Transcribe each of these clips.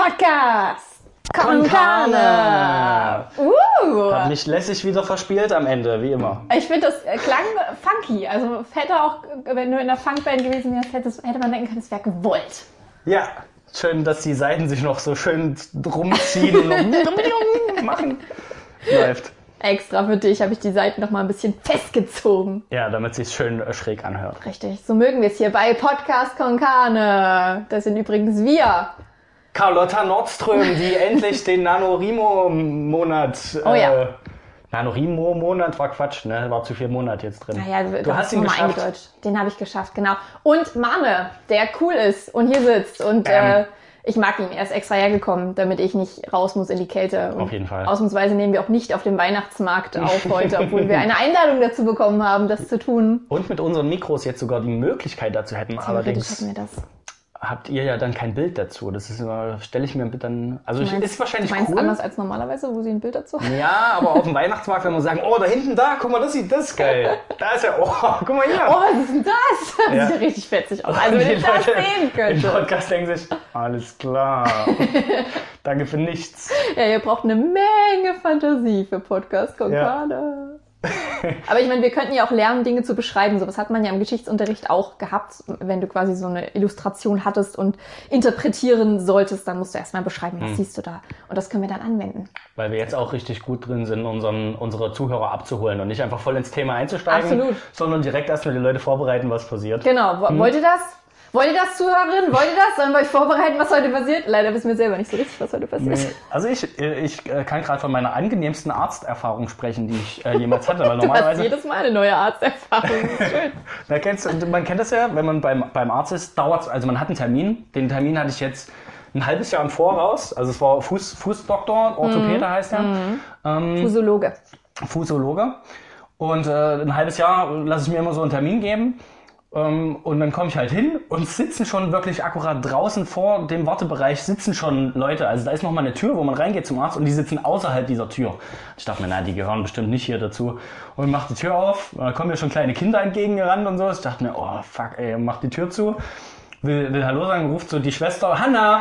Podcast Con Carne. Hab mich lässig wieder verspielt am Ende, wie immer. Ich finde, das klang funky. Also hätte auch, wenn du in der Funkband gewesen wärst, hätte man denken können, es wäre gewollt. Ja, schön, dass die Seiten sich noch so schön rumziehen und noch machen. Läuft. Extra für dich habe ich die Seiten noch mal ein bisschen festgezogen. Ja, damit es sich schön schräg anhört. Richtig, so mögen wir es hier bei Podcast Con Carne. Das sind übrigens wir. Carlotta Nordström, die endlich den NaNoWriMo-Monat... NaNoWriMo-Monat war Quatsch, ne? War zu viel Monat jetzt drin. Naja, du hast ihn geschafft. Eingedeutscht. Den habe ich geschafft, genau. Und Mane, der cool ist und hier sitzt und... ich mag ihn. Er ist extra hergekommen, damit ich nicht raus muss in die Kälte. Und auf jeden Fall. Ausnahmsweise nehmen wir auch nicht auf dem Weihnachtsmarkt auf heute, obwohl wir eine Einladung dazu bekommen haben, das zu tun. Und mit unseren Mikros jetzt sogar die Möglichkeit dazu hätten. Allerdings hätten wir das. Habt ihr ja dann kein Bild dazu. Das ist immer, stelle ich mir dann... Also ist wahrscheinlich cool. Anders als normalerweise, wo sie ein Bild dazu haben? Ja, aber auf dem Weihnachtsmarkt, wenn man sagen, oh, da hinten da, guck mal, das ist geil. Da ist ja, oh, guck mal hier. Oh, was ist denn das? Das sieht ja richtig fetzig aus. Also wenn ich das sehen könnte. Im Podcast denken sich, alles klar. Danke für nichts. Ja, ihr braucht eine Menge Fantasie für Podcast Con Carne. Aber ich meine, wir könnten ja auch lernen, Dinge zu beschreiben. So was hat man ja im Geschichtsunterricht auch gehabt. Wenn du quasi so eine Illustration hattest und interpretieren solltest, dann musst du erstmal beschreiben, was siehst du da. Und das können wir dann anwenden. Weil wir jetzt auch richtig gut drin sind, unsere Zuhörer abzuholen und nicht einfach voll ins Thema einzusteigen, sondern direkt erstmal die Leute vorbereiten, was passiert. Genau. Wollt ihr das? Wollt ihr das, Zuhörerinnen? Wollt ihr das? Sollen wir euch vorbereiten, was heute passiert? Leider wissen wir selber nicht so richtig, was heute passiert. Nee. Also ich kann gerade von meiner angenehmsten Arzterfahrung sprechen, die ich jemals hatte. Weil normalerweise du hast jedes Mal eine neue Arzterfahrung. Das ist schön. Man kennt das ja, wenn man beim Arzt ist, dauert es, also man hat einen Termin. Den Termin hatte ich jetzt ein halbes Jahr im Voraus. Also es war Fußdoktor, Orthopäde heißt er. Fußologe. Und ein halbes Jahr lasse ich mir immer so einen Termin geben. Und dann komme ich halt hin und sitzen schon wirklich akkurat draußen vor dem Wartebereich sitzen schon Leute. Also da ist nochmal eine Tür, wo man reingeht zum Arzt und die sitzen außerhalb dieser Tür. Ich dachte mir, die gehören bestimmt nicht hier dazu. Und mach die Tür auf, da kommen mir schon kleine Kinder entgegengerannt und so. Ich dachte mir, oh fuck ey, mach die Tür zu. Will Hallo sagen, ruft so die Schwester,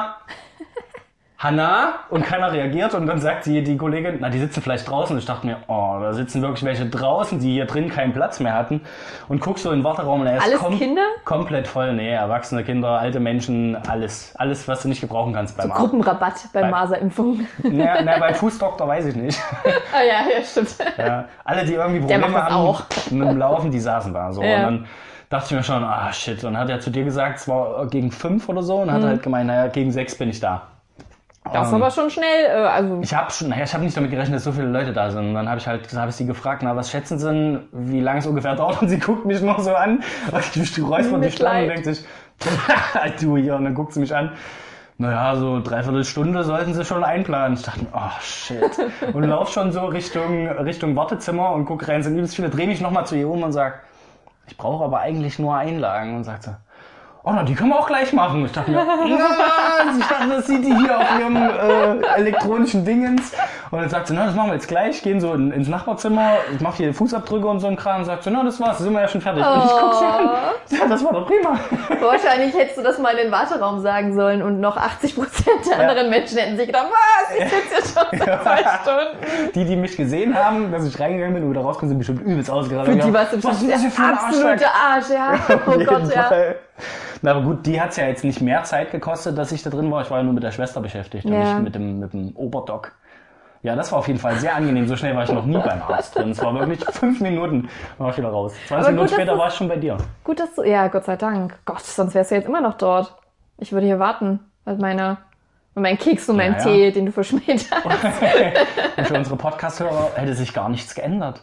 Hanna, und keiner reagiert und dann sagt die Kollegin, die sitzen vielleicht draußen. Ich dachte mir, da sitzen wirklich welche draußen, die hier drin keinen Platz mehr hatten und guck so in den Warteraum und er ist Kinder? Komplett voll. Nee, erwachsene Kinder, alte Menschen, alles, was du nicht gebrauchen kannst beim Arzt. Gruppenrabatt bei Maserimpfung. Beim Fußdoktor weiß ich nicht. Ja, stimmt. Ja, alle, die irgendwie Probleme haben mit dem Laufen, die saßen da so. Ja. Und dann dachte ich mir schon, shit. Und hat er zu dir gesagt, es war gegen 5 oder so und hat halt gemeint, gegen 6 bin ich da. Das ist aber schon schnell. Ich habe nicht damit gerechnet, dass so viele Leute da sind. Und dann habe ich sie gefragt, was schätzen Sie denn, wie lange es ungefähr dauert? Und sie guckt mich noch so an, die räuspert die Stirn und denkt sich, du hier. Und dann guckt sie mich an. So 3/4 Stunde sollten Sie schon einplanen. Ich dachte mir, shit. Und lauf schon so Richtung Wartezimmer und guck rein, sind übelst viele. Dreh mich nochmal zu ihr um und sag, ich brauche aber eigentlich nur Einlagen. Und sagt sie, die können wir auch gleich machen. Ich dachte mir, das sieht die hier auf ihrem elektronischen Dingens. Und dann sagt sie, das machen wir jetzt gleich. Gehen so ins Nachbarzimmer, ich mache hier Fußabdrücke und so ein Kram. Und sagt sie, das war's, sind wir ja schon fertig. Und ich guck sie an. Ja, das war doch prima. Wahrscheinlich hättest du das mal in den Warteraum sagen sollen und noch 80% der anderen Menschen hätten sich gedacht, was, ich sitze jetzt schon seit 2 Stunden. Die mich gesehen haben, dass ich reingegangen bin und wieder rauskomme, sind bestimmt übelst ausgerastet. Für die warst du bestimmt der absolute Arsch, ja. Oh Gott, ja. Aber gut, die hat es ja jetzt nicht mehr Zeit gekostet, dass ich da drin war. Ich war ja nur mit der Schwester beschäftigt und nicht mit dem Oberdoc. Ja, das war auf jeden Fall sehr angenehm. So schnell war ich noch nie beim Arzt drin. Es war wirklich 5 Minuten, dann war ich wieder raus. 20 Minuten später war ich schon bei dir. Gut, dass du, Gott sei Dank. Gott, sonst wärst du jetzt immer noch dort. Ich würde hier warten, mit meinem Keks und meinem Tee, den du verschmäht hast. Und für unsere Podcast-Hörer hätte sich gar nichts geändert.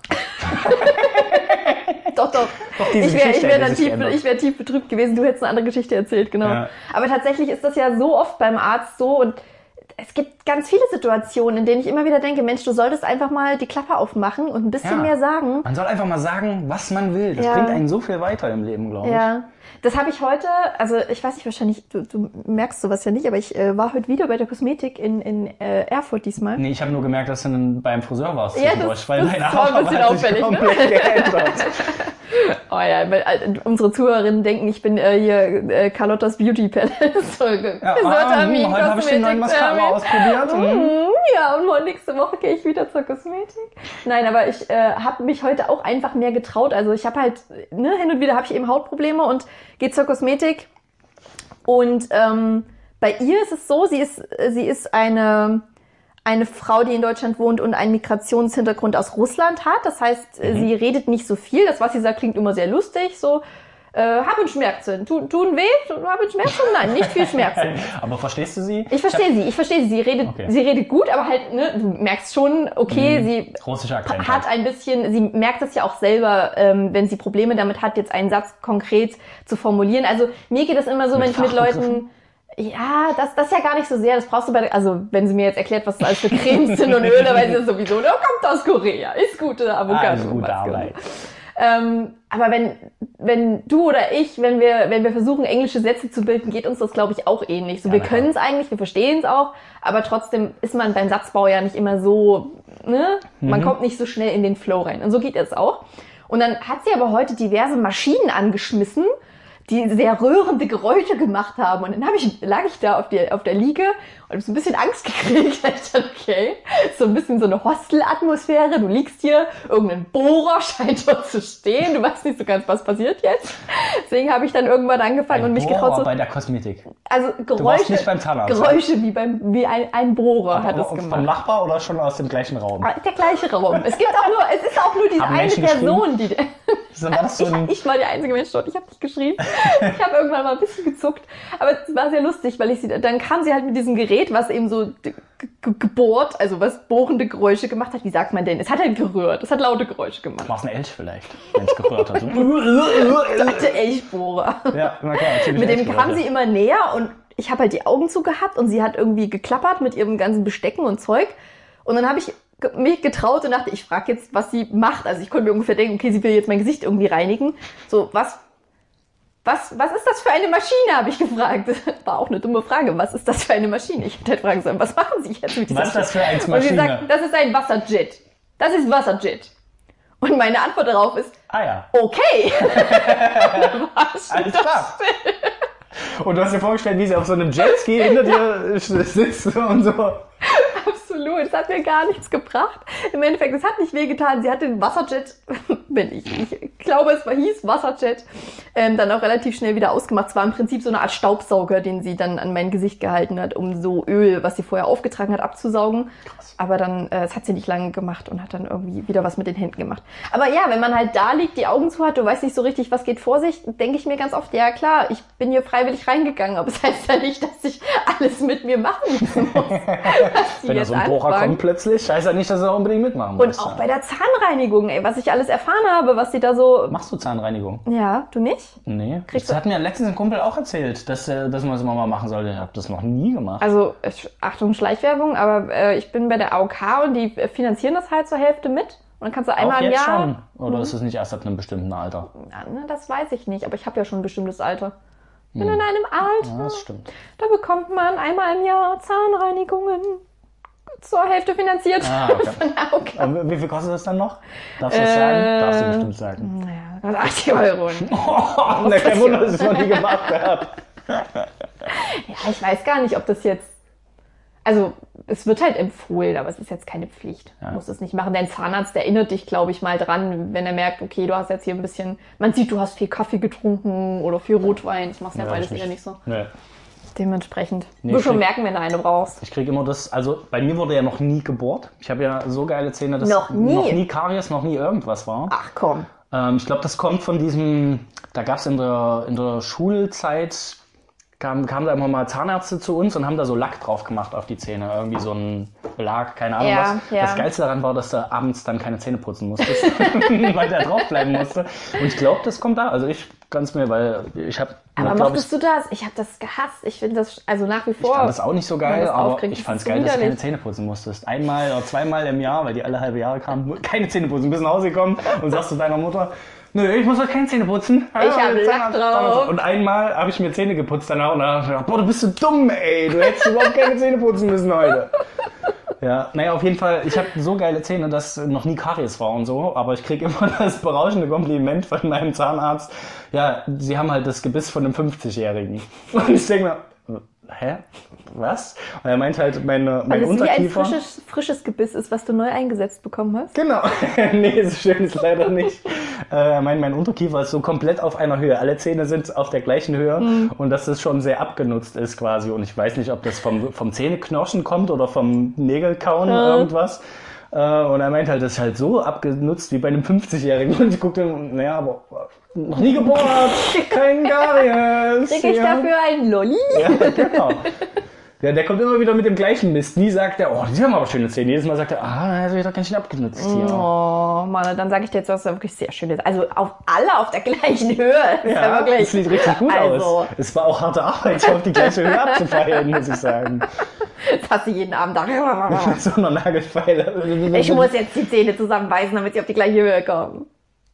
Doch. Ich wäre tief betrübt gewesen. Du hättest eine andere Geschichte erzählt, genau. Ja. Aber tatsächlich ist das ja so oft beim Arzt so und es gibt ganz viele Situationen, in denen ich immer wieder denke, Mensch, du solltest einfach mal die Klappe aufmachen und ein bisschen mehr sagen. Man soll einfach mal sagen, was man will. Das bringt einen so viel weiter im Leben, glaube ich. Ja. Das habe ich heute, also ich weiß nicht, wahrscheinlich, du merkst sowas ja nicht, aber ich war heute wieder bei der Kosmetik in Erfurt diesmal. Nee, ich habe nur gemerkt, dass du dann beim Friseur warst. Ja, das war ein bisschen auffällig, komplett geändert. Oh ja, weil unsere Zuhörerinnen denken, ich bin hier Carlottas Beauty Palace. Heute habe ich den neuen Mascara ausprobiert. Ja, und nächste Woche gehe ich wieder zur Kosmetik. Nein, aber ich habe mich heute auch einfach mehr getraut. Also ich habe halt, hin und wieder habe ich eben Hautprobleme und gehe zur Kosmetik. Und bei ihr ist es so, sie ist eine Frau, die in Deutschland wohnt und einen Migrationshintergrund aus Russland hat. Das heißt, sie redet nicht so viel. Das, was sie sagt, klingt immer sehr lustig. So, haben Schmerzen. Tun weh? Haben Schmerzen? Nein, nicht viel Schmerzen. Aber verstehst du sie? Ich verstehe sie. Sie redet gut, aber halt, du merkst schon, okay, sie hat ein bisschen, sie merkt es ja auch selber, wenn sie Probleme damit hat, jetzt einen Satz konkret zu formulieren. Also mir geht es immer so, wenn ich mit Leuten... Ja, das ja gar nicht so sehr. Das brauchst du also wenn sie mir jetzt erklärt, was das alles für Cremes sind und Öle, weil sie das sowieso, kommt aus Korea, ist gute Avocado. Ist gute Arbeit. Aber wenn du oder ich, wenn wir versuchen, englische Sätze zu bilden, geht uns das, glaube ich, auch ähnlich. So, wir können es eigentlich, wir verstehen es auch, aber trotzdem ist man beim Satzbau ja nicht immer so, Man kommt nicht so schnell in den Flow rein. Und so geht es auch. Und dann hat sie aber heute diverse Maschinen angeschmissen, die sehr rührende Geräusche gemacht haben. Und dann lag ich da auf der Liege und habe so ein bisschen Angst gekriegt. Ich dachte, okay, so ein bisschen so eine Hostel-Atmosphäre. Du liegst hier, irgendein Bohrer scheint dort zu stehen. Du weißt nicht so ganz, was passiert jetzt. Deswegen habe ich dann irgendwann angefangen und mich getraut. Bei der Kosmetik. Also Geräusche, du warst nicht beim Zahnarzt. Geräusche wie ein Bohrer hat es gemacht. Vom Nachbar oder schon aus dem gleichen Raum? Der gleiche Raum. Es ist auch nur diese eine Person, die... Ich war der einzige Mensch dort. Ich habe nicht geschrien. Ich habe irgendwann mal ein bisschen gezuckt. Aber es war sehr lustig, weil dann kam sie halt mit diesem Gerät, was eben so gebohrt, also was bohrende Geräusche gemacht hat. Wie sagt man denn? Es hat halt gerührt. Es hat laute Geräusche gemacht. War es ein Elch vielleicht, wenn es gerührt hat? Ich dachte Elchbohrer. Ja, na klar, natürlich. Mit dem kam sie immer näher und ich habe halt die Augen zugehabt und sie hat irgendwie geklappert mit ihrem ganzen Bestecken und Zeug. Und dann habe ich mich getraut und dachte, ich frage jetzt, was sie macht. Also ich konnte mir ungefähr denken, okay, sie will jetzt mein Gesicht irgendwie reinigen. So, was ist das für eine Maschine, habe ich gefragt. Das war auch eine dumme Frage. Was ist das für eine Maschine? Ich hätte halt fragen sollen, was machen Sie jetzt mit dieser Was ist das für eine Maschine? Und sie sagt, das ist ein Wasserjet. Das ist Wasserjet. Und meine Antwort darauf ist, okay. Alles klar. Und du hast dir vorgestellt, wie sie auf so einem Jetski hinter dir sitzt und so. Absolut, es hat mir gar nichts gebracht. Im Endeffekt, es hat nicht wehgetan. Sie hat den Wasserjet, ich glaube, es hieß Wasserjet, dann auch relativ schnell wieder ausgemacht. Es war im Prinzip so eine Art Staubsauger, den sie dann an mein Gesicht gehalten hat, um so Öl, was sie vorher aufgetragen hat, abzusaugen. Krass. Aber dann, es hat sie nicht lange gemacht und hat dann irgendwie wieder was mit den Händen gemacht. Aber ja, wenn man halt da liegt, die Augen zu hat, du weißt nicht so richtig, was geht vor sich, denke ich mir ganz oft, ja klar, ich bin hier freiwillig reingegangen, aber es heißt ja nicht, dass ich alles mit mir machen muss. Wenn da so ein Bohrer kommt plötzlich, heißt ja nicht, dass er unbedingt mitmachen muss. Und auch bei der Zahnreinigung, was ich alles erfahren habe, was sie da so... Machst du Zahnreinigung? Ja, du nicht? Nee. Das hat mir letztens ein Kumpel auch erzählt, dass man das mal machen sollte. Ich habe das noch nie gemacht. Also, Achtung, Schleichwerbung, aber ich bin bei der AOK und die finanzieren das halt zur Hälfte mit. Und dann kannst du einmal im Jahr... Schon? Oder ist es nicht erst ab einem bestimmten Alter? Ja, das weiß ich nicht, aber ich habe ja schon ein bestimmtes Alter. Ich bin in einem Alter, ja, das stimmt. Da bekommt man einmal im Jahr Zahnreinigungen. Zur Hälfte finanziert. Okay. Und wie viel kostet das dann noch? Darfst du das sagen? Darfst du bestimmt sagen. Naja, 80 Euro. Kein Wunder, dass ich es noch nie gemacht habe. Ja, ich weiß gar nicht, ob das jetzt... Also, es wird halt empfohlen, aber es ist jetzt keine Pflicht. Du musst es nicht machen. Dein Zahnarzt erinnert dich, glaube ich, mal dran, wenn er merkt, okay, du hast jetzt hier ein bisschen... Man sieht, du hast viel Kaffee getrunken oder viel Rotwein. Das machst du ja beides eher nicht so. Nee. Dementsprechend. Du musst schon merken, wenn du eine brauchst. Ich kriege immer das, also bei mir wurde ja noch nie gebohrt. Ich habe ja so geile Zähne, dass noch nie Karies, noch nie irgendwas war. Ach komm. Ich glaube, das kommt von diesem, da gab es in der Schulzeit, kamen da immer mal Zahnärzte zu uns und haben da so Lack drauf gemacht auf die Zähne. Irgendwie so ein Belag, keine Ahnung was. Ja. Das Geilste daran war, dass du abends dann keine Zähne putzen musstest, weil der drauf bleiben musste. Und ich glaube, das kommt da. Also ich ganz mir, weil ich habe... Aber mochtest du das? Ich habe das gehasst. Ich finde das, also nach wie vor... Ich fand das auch nicht so geil, aber ich fand es geil, dass du keine Zähne putzen musstest. Einmal oder zweimal im Jahr, weil die alle halbe Jahre kamen, keine Zähne putzen. Bist nach Hause gekommen und sagst zu deiner Mutter, nö, ich muss heute keine Zähne putzen. Ich habe Lack drauf. Und einmal habe ich mir Zähne geputzt danach und dann habe ich gedacht, boah, du bist so dumm, ey. Du hättest überhaupt keine Zähne putzen müssen heute. Ja, naja, auf jeden Fall, ich habe so geile Zähne, dass noch nie Karies war und so, aber ich kriege immer das berauschende Kompliment von meinem Zahnarzt, ja, sie haben halt das Gebiss von einem 50-Jährigen. Und ich denke mir, hä? Was? Und er meint halt, mein Unterkiefer... Weil es wie ein frisches Gebiss ist, was du neu eingesetzt bekommen hast? Genau. Nee, so schön ist leider nicht. Er meint, mein Unterkiefer ist so komplett auf einer Höhe. Alle Zähne sind auf der gleichen Höhe und dass das schon sehr abgenutzt ist quasi. Und ich weiß nicht, ob das vom Zähneknirschen kommt oder vom Nägelkauen oder irgendwas. Und er meint halt, das ist halt so abgenutzt wie bei einem 50-Jährigen. Und ich guckte, naja, aber noch nie gebohrt, kein Karies. Krieg ich dafür einen Lolli? Ja, genau. Ja, der kommt immer wieder mit dem gleichen Mist. Nie sagt er, oh, die haben aber schöne Zähne. Jedes Mal sagt er, er ist wieder ganz schön abgenutzt hier. Oh, Mann, dann sage ich dir jetzt, dass er wirklich sehr schön ist. Also alle auf der gleichen Höhe. Ja, wirklich, das sieht richtig gut aus. Es war auch harte Arbeit, so auf die gleiche Höhe abzufeilen, muss ich sagen. Jetzt hast du jeden Abend da. Mit so einer Nagelfeile. Ich muss jetzt die Zähne zusammenbeißen, damit sie auf die gleiche Höhe kommen.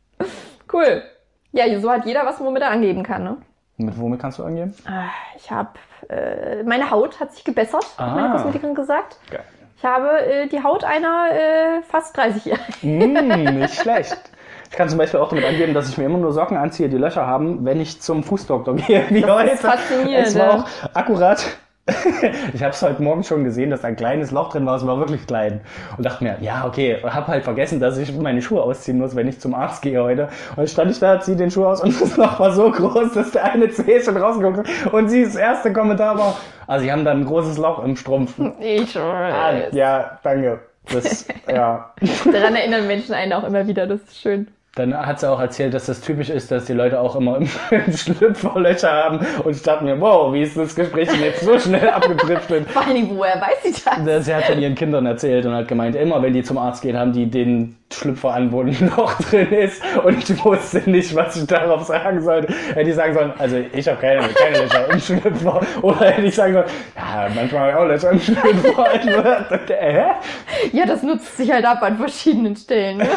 Cool. Ja, so hat jeder was, womit er angeben kann, ne? Womit kannst du angeben? Ich habe, meine Haut hat sich gebessert, hat meine Kosmetikerin gesagt. Geil. Ich habe die Haut einer fast 30-Jährigen. Nicht schlecht. Ich kann zum Beispiel auch damit angeben, dass ich mir immer nur Socken anziehe, die Löcher haben, wenn ich zum Fußdoktor gehe. Wie das heute. Ist faszinierend. Es war auch akkurat. Ich habe es heute Morgen schon gesehen, dass da ein kleines Loch drin war. Es war wirklich klein. Und dachte mir, ja, okay, habe halt vergessen, dass ich meine Schuhe ausziehen muss, wenn ich zum Arzt gehe heute. Und dann stand ich da, ziehe den Schuh aus und das Loch war so groß, dass der eine Zeh schon rausgeguckt hat. Und sie, das erste Kommentar war, sie haben da ein großes Loch im Strumpf. Ich weiß. Ja, danke. Das, ja. Daran erinnern Menschen einen auch immer wieder, das ist schön. Dann hat sie auch erzählt, dass das typisch ist, dass die Leute auch immer im Schlüpfer Löcher haben. Und ich dachte mir, wow, wie ist das Gespräch denn jetzt so schnell abgedriftet? Vor allem, woher weiß sie das? Sie hat von ihren Kindern erzählt und hat gemeint, immer wenn die zum Arzt gehen, haben die den Schlüpfer an, wo ein Loch drin ist. Und ich wusste nicht, was ich darauf sagen sollte. Hätte ich sagen sollen, also ich habe keine Löcher im Schlüpfer. Oder hätte ich sagen sollen, ja, manchmal habe ich auch Löcher im Schlüpfer. Ja, das nutzt sich halt ab an verschiedenen Stellen. Ne?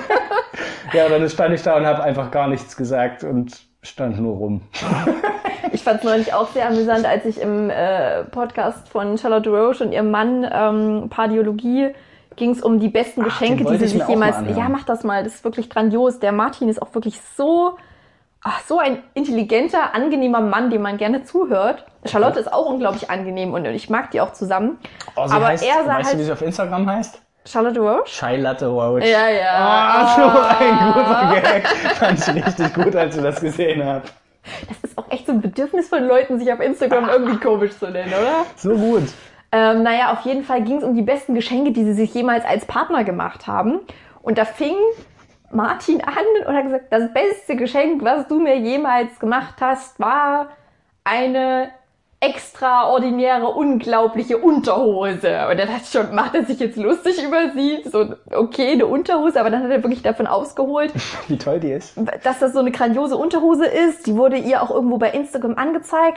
Ja, dann stand ich da und habe einfach gar nichts gesagt und stand nur rum. Ich fand es neulich auch sehr amüsant, als ich im Podcast von Charlotte Roche und ihrem Mann Pardiologie ging es um die besten Geschenke, die sie sich jemals... Ja, mach das mal, das ist wirklich grandios. Der Martin ist auch wirklich so ein intelligenter, angenehmer Mann, dem man gerne zuhört. Charlotte ist auch unglaublich angenehm und ich mag die auch zusammen. Aber weißt du, wie sie auf Instagram heißt? Charlotte Roche? Charlotte Roche. Ja. So ein guter Gag. Fand ich richtig gut, als ich das gesehen habe. Das ist auch echt so ein Bedürfnis von Leuten, sich auf Instagram irgendwie komisch zu nennen, oder? So gut. Naja, auf jeden Fall ging es um die besten Geschenke, die sie sich jemals als Partner gemacht haben. Und da fing Martin an und hat gesagt, das beste Geschenk, was du mir jemals gemacht hast, war eine extraordinäre, unglaubliche Unterhose. Und dann macht er sich jetzt lustig über sie. So, okay, eine Unterhose, aber dann hat er wirklich davon ausgeholt, wie toll die ist. Dass das so eine grandiose Unterhose ist. Die wurde ihr auch irgendwo bei Instagram angezeigt.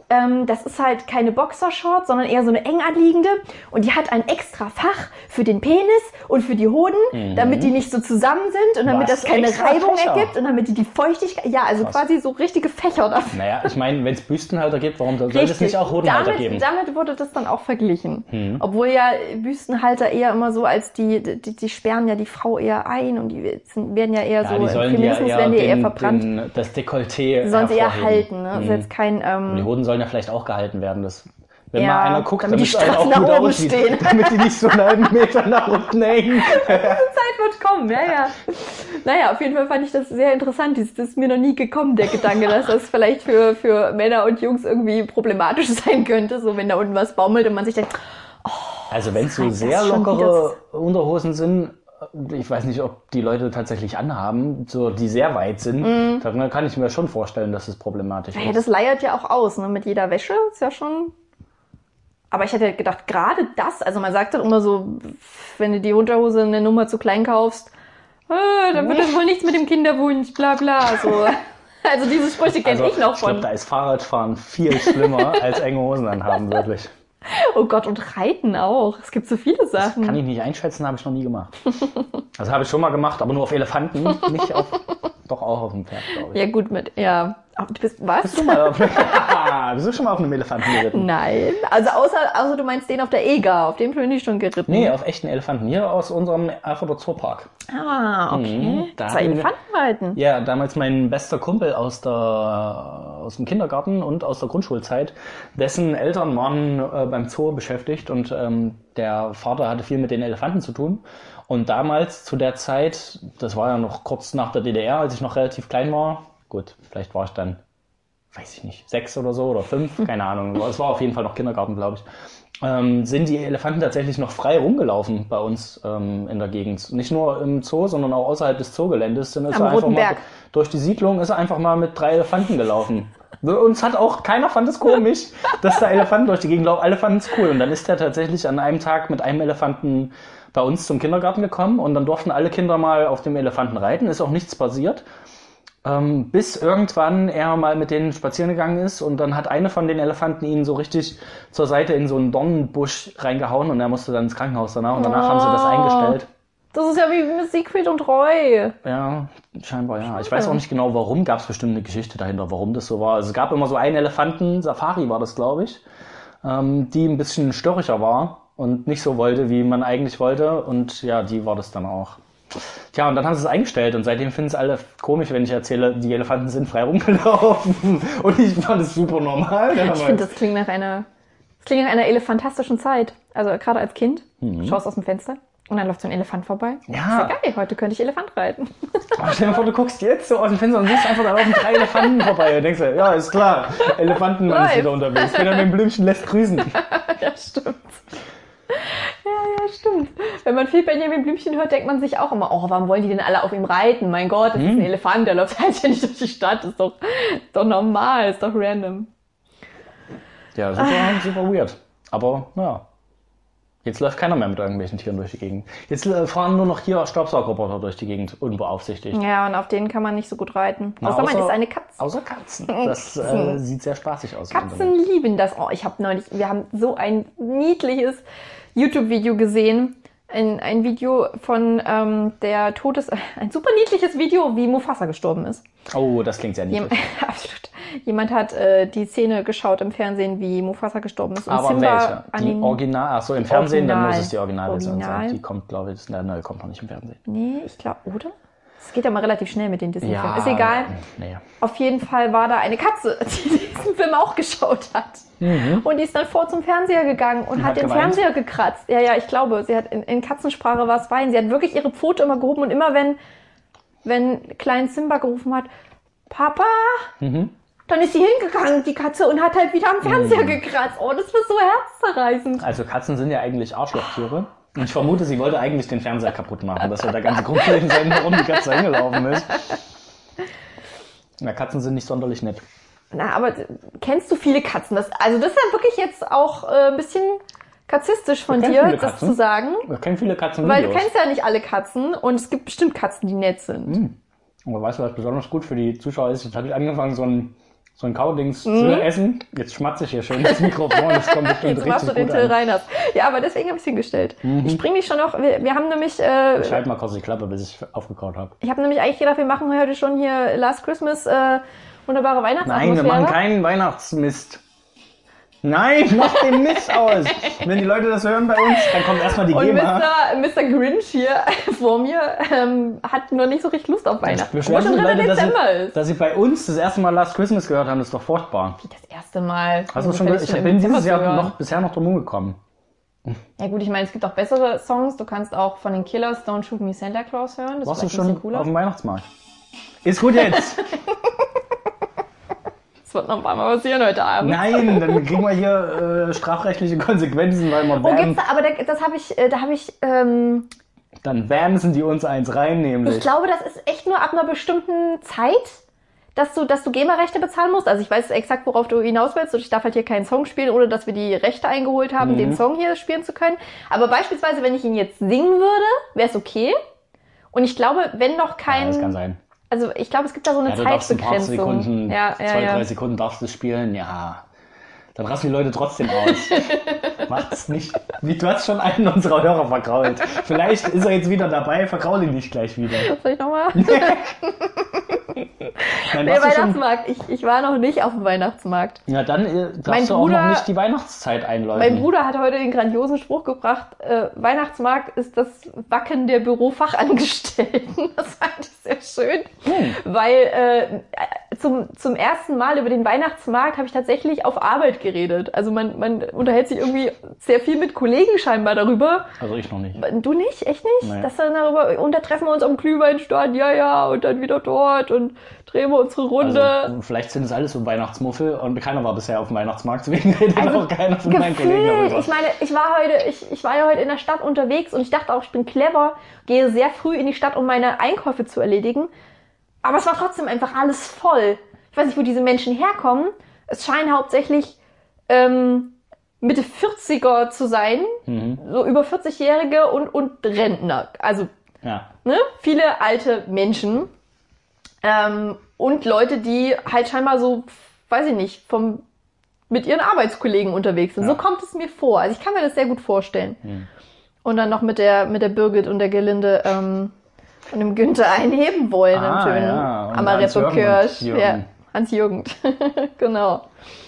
Das ist halt keine Boxershort, sondern eher so eine eng anliegende. Und die hat ein extra Fach für den Penis und für die Hoden, damit die nicht so zusammen sind und damit das keine Reibung ergibt und damit die Feuchtigkeit... Ja, also quasi so richtige Fächer dafür. Naja, ich meine, wenn es Büstenhalter gibt, warum soll es nicht auch Hodenhalter geben? Damit wurde das dann auch verglichen. Obwohl ja Büstenhalter eher immer so als die sperren ja die Frau eher ein und die werden ja eher so... Im Feminismus werden die eher verbrannt. Das Dekolleté sollen sie eher halten. Ne? Das ist jetzt kein... die Hoden sollen ja vielleicht auch gehalten werden. Wenn mal einer guckt, damit die straff nach oben stehen. Damit die nicht so einen halben Meter nach unten hängen. Die Zeit wird kommen, ja. Naja, auf jeden Fall fand ich das sehr interessant. Das ist mir noch nie gekommen, der Gedanke, dass das vielleicht für Männer und Jungs irgendwie problematisch sein könnte. So, wenn da unten was baumelt und man sich denkt, also wenn es so sehr lockere Unterhosen sind, ich weiß nicht, ob die Leute tatsächlich anhaben, so die sehr weit sind, dann kann ich mir schon vorstellen, dass es problematisch ist. Ja, das leiert ja auch aus, ne? Mit jeder Wäsche ist ja schon... Aber ich hätte gedacht, gerade das, also man sagt doch immer so, wenn du die Unterhose eine Nummer zu klein kaufst, dann wird das wohl nichts mit dem Kinderwunsch, bla bla. So. Also diese Sprüche kenne ich noch von. Ich glaube, da ist Fahrradfahren viel schlimmer als enge Hosen anhaben, wirklich. Oh Gott, und Reiten auch. Es gibt so viele Sachen. Das kann ich nicht einschätzen, habe ich noch nie gemacht. Also habe ich schon mal gemacht, aber nur auf Elefanten, nicht auf, doch auch auf dem Pferd, glaube ich. Ja gut, ja. Was? Bist du schon mal auf einem Elefanten geritten? Nein. Also außer du meinst den auf der EGA, auf dem bin ich schon geritten. Nee, auf echten Elefanten. Hier aus unserem Erfurter Zoopark. Ah, okay. Da Zwei hatten wir- Elefanten reiten. Ja, damals mein bester Kumpel aus dem Kindergarten und aus der Grundschulzeit. Dessen Eltern waren beim Zoo beschäftigt und der Vater hatte viel mit den Elefanten zu tun. Und damals, zu der Zeit, das war ja noch kurz nach der DDR, als ich noch relativ klein war, gut, vielleicht war ich dann, weiß ich nicht, 6 oder so oder 5, keine Ahnung. Es war auf jeden Fall noch Kindergarten, glaube ich. Sind die Elefanten tatsächlich noch frei rumgelaufen bei uns in der Gegend. Nicht nur im Zoo, sondern auch außerhalb des Zoogeländes. Dann ist Am er einfach Roten mal Berg. durch die Siedlung ist er einfach mal mit 3 Elefanten gelaufen. Uns hat auch, keiner fand es komisch, dass da Elefanten durch die Gegend laufen. Alle fanden es cool. Und dann ist er tatsächlich an einem Tag mit einem Elefanten bei uns zum Kindergarten gekommen und dann durften alle Kinder mal auf dem Elefanten reiten. Ist auch nichts passiert. Bis irgendwann er mal mit denen spazieren gegangen ist und dann hat eine von den Elefanten ihn so richtig zur Seite in so einen Dornenbusch reingehauen und er musste dann ins Krankenhaus danach und danach haben sie das eingestellt. Das ist ja wie mit Siegfried und Roy. Ja, scheinbar ja. Ich weiß auch nicht genau warum, gab es bestimmt eine Geschichte dahinter, warum das so war. Also es gab immer so einen Elefanten, Safari war das glaube ich, die ein bisschen störrischer war und nicht so wollte, wie man eigentlich wollte und ja, die war das dann auch. Tja, und dann haben sie es eingestellt und seitdem finden es alle komisch, wenn ich erzähle, die Elefanten sind frei rumgelaufen und ich fand es super normal. Ich finde, das klingt nach einer elefantastischen Zeit. Also gerade als Kind, schaust aus dem Fenster und dann läuft so ein Elefant vorbei. Ja. Ist ja geil, heute könnte ich Elefant reiten. Aber stell dir vor, du guckst jetzt so aus dem Fenster und siehst einfach, da laufen 3 Elefanten vorbei und denkst dir, ja, ist klar, Elefantenmann ist wieder unterwegs. Benjamin Blümchen lässt grüßen. Ja, stimmt. Ja, stimmt. Wenn man viel Benjamin Blümchen hört, denkt man sich auch immer, oh, warum wollen die denn alle auf ihm reiten? Mein Gott, das ist ein Elefant, der läuft halt ja nicht durch die Stadt. Ist doch normal, ist doch random. Ja, super weird. Aber, naja. Jetzt läuft keiner mehr mit irgendwelchen Tieren durch die Gegend. Jetzt fahren nur noch hier Staubsaugerroboter durch die Gegend, unbeaufsichtigt. Ja, und auf denen kann man nicht so gut reiten. Na, Außer man ist eine Katze. Außer Katzen. Das sieht sehr spaßig aus. im Katzen Internet. lieben das. Oh, wir haben so ein niedliches YouTube-Video gesehen. Ein Video von ein super niedliches Video, wie Mufasa gestorben ist. Oh, das klingt sehr niedlich. Absolut. Jemand hat die Szene geschaut im Fernsehen, wie Mufasa gestorben ist. Und Aber Simba welche? Die Original, achso, im Fernsehen, dann muss es die Originalversion Original. sein. Die kommt, glaube ich, neue kommt noch nicht im Fernsehen. Nee, ich glaube, oder? Es geht ja mal relativ schnell mit den Disney-Filmen. Ist egal. Nee. Auf jeden Fall war da eine Katze, die diesen Film auch geschaut hat. Und die ist dann zum Fernseher gegangen und hat den geweint? Fernseher gekratzt. Ja, ich glaube, sie hat in Katzensprache war es weinen. Sie hat wirklich ihre Pfote immer gehoben und immer wenn klein Simba gerufen hat, Papa, dann ist sie hingegangen, die Katze, und hat halt wieder am Fernseher gekratzt. Oh, das war so herzzerreißend. Also Katzen sind ja eigentlich Arschlochtiere. Und ich vermute, sie wollte eigentlich den Fernseher kaputt machen. Das wird der ganze Grund gewesen sein, warum die Katze hingelaufen ist. Na, Katzen sind nicht sonderlich nett. Na, aber kennst du viele Katzen? Das ist ja wirklich jetzt auch ein bisschen katzistisch von kenn dir, viele das Katzen. zu sagen. Ich kenne viele Katzen. Weil du kennst ja nicht alle Katzen und es gibt bestimmt Katzen, die nett sind. Aber weißt du, was besonders gut für die Zuschauer ist? Jetzt habe ich angefangen, so ein Kaudings zu essen. Jetzt schmatze ich hier schön ins Mikrofon. Das kommt bestimmt Jetzt richtig machst du den gut Till an. Reiners. Ja, aber deswegen habe ich es hingestellt. Ich bringe mich schon noch, wir haben nämlich, Ich halte mal kurz die Klappe, bis ich aufgekaut habe. ich habe nämlich eigentlich gedacht, wir machen heute schon hier Last Christmas, wunderbare Weihnachtsatmosphäre. Nein, wir machen keinen Weihnachtsmist. Nein, mach den Mist aus. Wenn die Leute das hören bei uns, dann kommt erstmal die Und GEMA. Mr. Grinch hier vor mir hat noch nicht so richtig Lust auf Weihnachten. Beschweren Obwohl schon sich 3. Leute, Dezember ist. dass sie bei uns das erste Mal Last Christmas gehört haben. Das ist doch furchtbar. Das erste Mal. Hast du schon gehört? Ich bin dieses Jahr bisher noch drum gekommen. Ja gut, ich meine, es gibt auch bessere Songs. Du kannst auch von den Killers Don't Shoot Me Santa Claus hören. Das Warst du ist vielleicht ein schon bisschen cooler. auf dem Weihnachtsmarkt? Ist gut jetzt. Das wird noch ein paar Mal passieren heute Abend. Nein, dann kriegen wir hier strafrechtliche Konsequenzen, weil wir Oh, gibt's da, aber da habe ich, dann wamsen die uns eins rein, nämlich. ich glaube, das ist echt nur ab einer bestimmten Zeit, dass du GEMA-Rechte bezahlen musst. Also ich weiß exakt, worauf du hinaus willst. Und ich darf halt hier keinen Song spielen, ohne dass wir die Rechte eingeholt haben, den Song hier spielen zu können. Aber beispielsweise, wenn ich ihn jetzt singen würde, wäre es okay. Und ich glaube, wenn noch kein... Ja, das kann sein. Also ich glaube, es gibt da so eine Ja, du darfst ein paar Zeitbegrenzung. Sekunden, 2-3 Sekunden darfst du spielen, ja. Dann rasten die Leute trotzdem aus. Macht's nicht. Du hast schon einen unserer Hörer vergrault. Vielleicht ist er jetzt wieder dabei, vergraul ihn nicht gleich wieder. Soll ich nochmal? Nein, Der Weihnachtsmarkt. Ich war noch nicht auf dem Weihnachtsmarkt. Ja, dann darfst du auch noch nicht die Weihnachtszeit einläuten. Mein Bruder hat heute den grandiosen Spruch gebracht, Weihnachtsmarkt ist das Wacken der Bürofachangestellten. Das fand ich sehr schön, weil zum ersten Mal über den Weihnachtsmarkt habe ich tatsächlich auf Arbeit geredet. Also man unterhält sich irgendwie sehr viel mit Kollegen scheinbar darüber. Also ich noch nicht. Du nicht? Echt nicht? Nee. Dass dann darüber, und da treffen wir uns am Glühweinstand, ja, und dann wieder dort und drehen wir unsere Runde. Also, vielleicht sind es alles so Weihnachtsmuffel und keiner war bisher auf dem Weihnachtsmarkt, deswegen redet auch keiner von meinen Kollegen darüber. Ich meine, ich war ja heute in der Stadt unterwegs und ich dachte auch, ich bin clever, gehe sehr früh in die Stadt, um meine Einkäufe zu erledigen. Aber es war trotzdem einfach alles voll. Ich weiß nicht, wo diese Menschen herkommen. Es scheinen hauptsächlich Mitte 40er zu sein, so über 40-Jährige und Rentner. Also viele alte Menschen und Leute, die halt scheinbar so, weiß ich nicht, mit ihren Arbeitskollegen unterwegs sind. Ja. So kommt es mir vor. Also ich kann mir das sehr gut vorstellen. Und dann noch mit der Birgit und der Gelinde und dem Günther einheben wollen. Im schönen Amaretto Kirsch. Ja, Hans-Jürgen. Genau.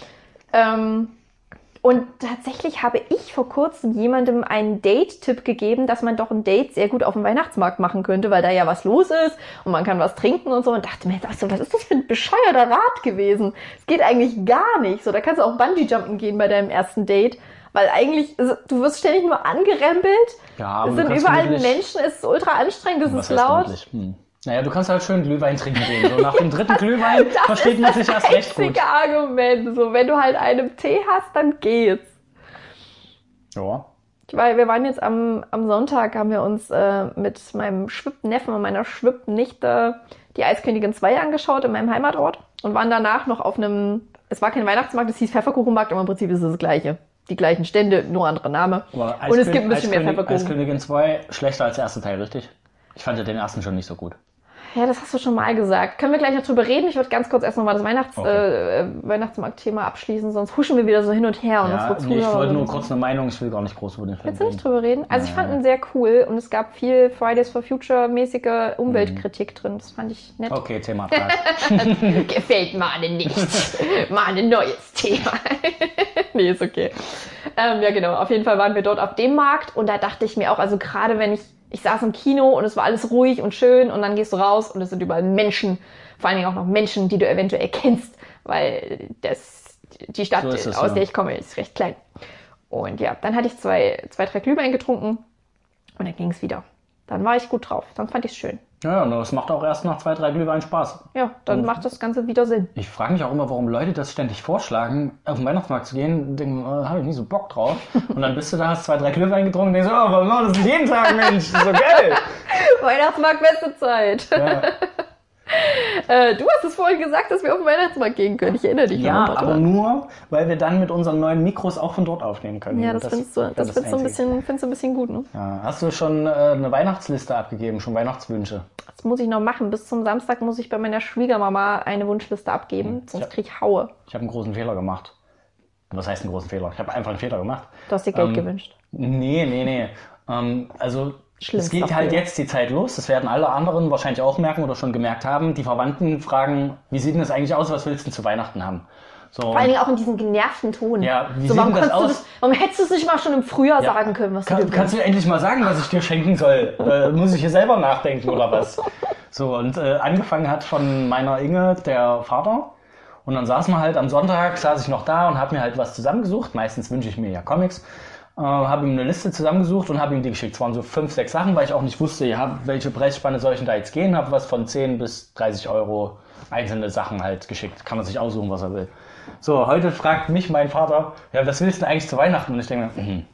Und tatsächlich habe ich vor kurzem jemandem einen Date-Tipp gegeben, dass man doch ein Date sehr gut auf dem Weihnachtsmarkt machen könnte, weil da ja was los ist und man kann was trinken und so. Und dachte mir, was ist das für ein bescheuerter Rat gewesen? Es geht eigentlich gar nicht. So, da kannst du auch Bungee-Jumpen gehen bei deinem ersten Date. Weil eigentlich, du wirst ständig nur angerempelt. Ja, es sind überall Menschen, es ist ultra anstrengend, es ist laut. Naja, du kannst halt schön Glühwein trinken gehen. So nach dem dritten Glühwein versteht man sich erst recht gut. Das ist das einzige Argument. So, wenn du halt einen Tee hast, dann geht's. Ja. Weil wir waren jetzt am Sonntag, haben wir uns mit meinem Schwippneffen und meiner Schwippnichte die Eiskönigin 2 angeschaut in meinem Heimatort und waren danach noch auf einem, es war kein Weihnachtsmarkt, es hieß Pfefferkuchenmarkt, aber im Prinzip ist es das Gleiche. Die gleichen Stände, nur anderer Name. Und es gibt ein bisschen mehr Pfefferkuchen. Eiskönigin 2 schlechter als der erste Teil, richtig? Ich fand ja den ersten schon nicht so gut. Ja, das hast du schon mal gesagt. Können wir gleich noch drüber reden? Ich würde ganz kurz erst nochmal das Weihnachtsmarkt-Thema abschließen, sonst huschen wir wieder so hin und her. Und ich wollte nur kurz eine Meinung, ich will gar nicht groß über den Film reden. Willst du nicht drüber reden? Also ich fand ihn sehr cool und es gab viel Fridays for Future-mäßige Umweltkritik drin. Das fand ich nett. Okay, Thema. Gefällt Mane nicht. Mane, neues Thema. Nee, ist okay. Ja, genau. Auf jeden Fall waren wir dort auf dem Markt und da dachte ich mir auch, also gerade wenn ich saß im Kino und es war alles ruhig und schön und dann gehst du raus und es sind überall Menschen, vor allen Dingen auch noch Menschen, die du eventuell kennst, weil die Stadt, aus der ich komme, ist recht klein. Und ja, dann hatte ich zwei, 3 Glühwein getrunken und dann ging es wieder. Dann war ich gut drauf, dann fand ich es schön. Ja, das macht auch erst nach 2, 3 Glühwein Spaß. Ja, dann macht das Ganze wieder Sinn. Ich frage mich auch immer, warum Leute das ständig vorschlagen, auf den Weihnachtsmarkt zu gehen, denken, habe ich nicht so Bock drauf. Und dann bist du da, hast 2, 3 Glühwein getrunken und denkst, warum machen wir das nicht jeden Tag, Mensch, das ist so geil. Weihnachtsmarkt, beste Zeit. Ja. Du hast es vorhin gesagt, dass wir auf den Weihnachtsmarkt gehen können. Ich erinnere dich. Ja, aber nur, weil wir dann mit unseren neuen Mikros auch von dort aufnehmen können. Ja, das findest du ein bisschen gut, ne? Ja. Hast du schon eine Weihnachtsliste abgegeben, schon Weihnachtswünsche? Das muss ich noch machen. Bis zum Samstag muss ich bei meiner Schwiegermama eine Wunschliste abgeben, sonst krieg ich Haue. Ich habe einen großen Fehler gemacht. Was heißt einen großen Fehler? Ich habe einfach einen Fehler gemacht. Du hast dir Geld gewünscht. Nee. Es geht halt jetzt die Zeit los. Das werden alle anderen wahrscheinlich auch merken oder schon gemerkt haben. Die Verwandten fragen, wie sieht denn das eigentlich aus? Was willst du zu Weihnachten haben? So. Vor allen Dingen auch in diesem genervten Ton. Ja, wie sieht denn das aus? Warum hättest du es nicht mal schon im Frühjahr sagen können? Was kannst du endlich mal sagen, was ich dir schenken soll? Muss ich hier selber nachdenken oder was? So, und angefangen hat von meiner Inge der Vater. Und dann saß ich noch da und habe mir halt was zusammengesucht. Meistens wünsche ich mir ja Comics. Habe ihm eine Liste zusammengesucht und habe ihm die geschickt. Es waren so 5, 6 Sachen, weil ich auch nicht wusste, welche Preisspanne soll ich denn da jetzt gehen. Habe was von 10 bis 30 Euro einzelne Sachen halt geschickt. Kann man sich aussuchen, was er will. So, heute fragt mich mein Vater, ja, was willst du denn eigentlich zu Weihnachten? Und ich denke mir,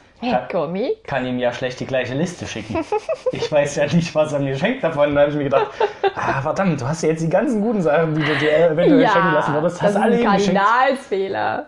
kann ihm ja schlecht die gleiche Liste schicken. Ich weiß ja nicht, was er mir schenkt davon. Da habe ich mir gedacht, verdammt, du hast ja jetzt die ganzen guten Sachen, die du dir eventuell schenken lassen würdest, hast alle ihm geschenkt. Kardinalsfehler.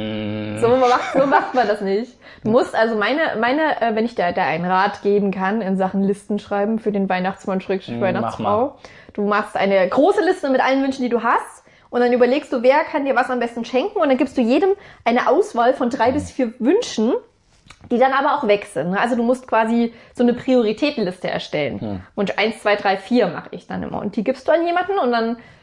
So macht man das nicht. Du musst also wenn ich dir einen Rat geben kann in Sachen Listen schreiben für den Weihnachtsmann / Weihnachtsfrau. Du machst eine große Liste mit allen Wünschen, die du hast. Und dann überlegst du, wer kann dir was am besten schenken. Und dann gibst du jedem eine Auswahl von 3 bis 4 Wünschen, die dann aber auch wechseln. Also du musst quasi so eine Prioritätenliste erstellen. Wunsch 1, 2, 3, 4 mache ich dann immer. Und die gibst du an jemanden und dann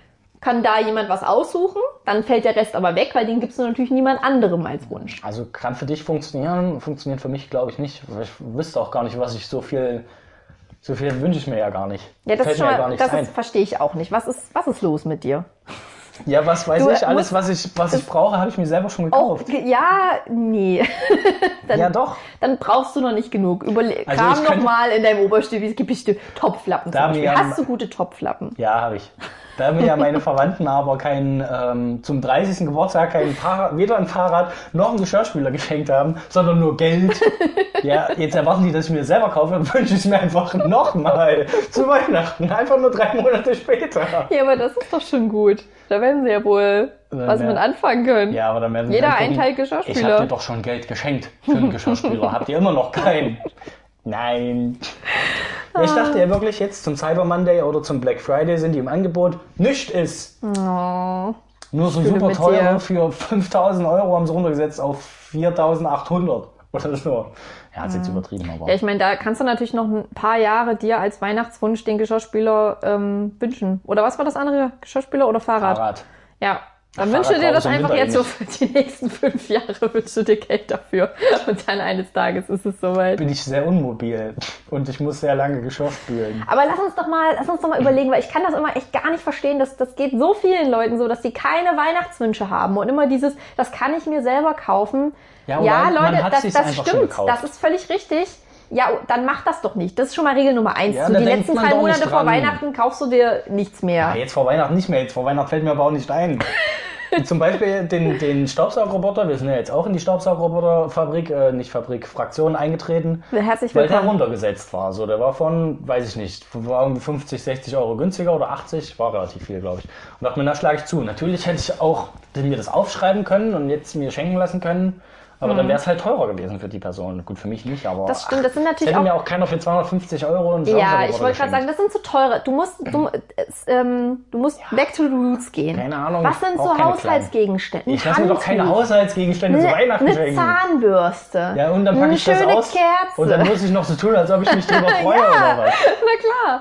kann da jemand was aussuchen, dann fällt der Rest aber weg, weil den gibst du natürlich niemand anderem als Wunsch. Also kann für dich funktionieren, funktioniert für mich glaube ich nicht. Ich wüsste auch gar nicht, was ich so viel wünsche ich mir ja gar nicht. Ja, das, verstehe ich auch nicht. Was ist los mit dir? Ja, was weiß ich, alles was ich brauche, habe ich mir selber schon gekauft. Nee. Ja, doch. Dann brauchst du noch nicht genug. Kram noch mal in deinem Oberstübchen Topflappen zum Beispiel. Hast du gute Topflappen? Ja, habe ich. Da mir ja meine Verwandten aber zum 30. Geburtstag weder ein Fahrrad noch einen Geschirrspüler geschenkt haben, sondern nur Geld. Ja, jetzt erwarten die, dass ich mir das selber kaufe, dann wünsche ich es mir einfach nochmal zu Weihnachten. Einfach nur 3 Monate später. Ja, aber das ist doch schon gut. Da werden sie ja wohl was mit anfangen können. Ja, aber dann werden sie jeder einen Teil Geschirrspüler. Ich habe dir doch schon Geld geschenkt für einen Geschirrspüler. Habt ihr immer noch keinen? Nein. Ja, ich dachte ja wirklich, jetzt zum Cyber Monday oder zum Black Friday sind die im Angebot. Nichts ist. Oh, nur so super teuer. Für 5.000 Euro haben sie runtergesetzt auf 4.800 oder so. Ja, hat jetzt übertrieben. Aber ja, ich meine, da kannst du natürlich noch ein paar Jahre dir als Weihnachtswunsch den Geschirrspüler wünschen. Oder was war das andere? Geschirrspüler oder Fahrrad? Fahrrad. Ja. Dann wünsche dir das einfach jetzt so für die nächsten 5 Jahre, wünsche dir Geld dafür. Und dann eines Tages ist es soweit. Bin ich sehr unmobil und ich muss sehr lange Geschirr spülen. Aber lass uns doch mal überlegen, weil ich kann das immer echt gar nicht verstehen, das geht so vielen Leuten so, dass sie keine Weihnachtswünsche haben und immer dieses, das kann ich mir selber kaufen. Ja Leute, das stimmt, das ist völlig richtig. Ja, dann mach das doch nicht. Das ist schon mal Regel Nummer 1. Ja, so die letzten 3 Monate vor Weihnachten kaufst du dir nichts mehr. Ja, jetzt vor Weihnachten nicht mehr. Jetzt vor Weihnachten fällt mir aber auch nicht ein. Zum Beispiel den Staubsaugerroboter. Wir sind ja jetzt auch in die Fraktion eingetreten. Herzlich willkommen. Weil der runtergesetzt war. So, der war von, weiß ich nicht, war irgendwie 50, 60 Euro günstiger oder 80. War relativ viel, glaube ich. Und dachte mir, da schlage ich zu. Natürlich hätte ich auch mir das aufschreiben können und jetzt mir schenken lassen können. Aber dann wäre es halt teurer gewesen für die Person. Gut, für mich nicht, aber das stimmt, das sind natürlich hätte mir auch keiner für 250 Euro einen Ja, ich wollte gerade sagen, das sind zu teure. Du musst back to the roots gehen. Keine Ahnung. Was sind so Haushaltsgegenstände? Ich lasse mir doch keine Haushaltsgegenstände zu Weihnachten schenken. Eine Zahnbürste. Ja, und dann packe ich das aus. Kerze. Und dann muss ich noch so tun, als ob ich mich drüber freue oder was. Na klar.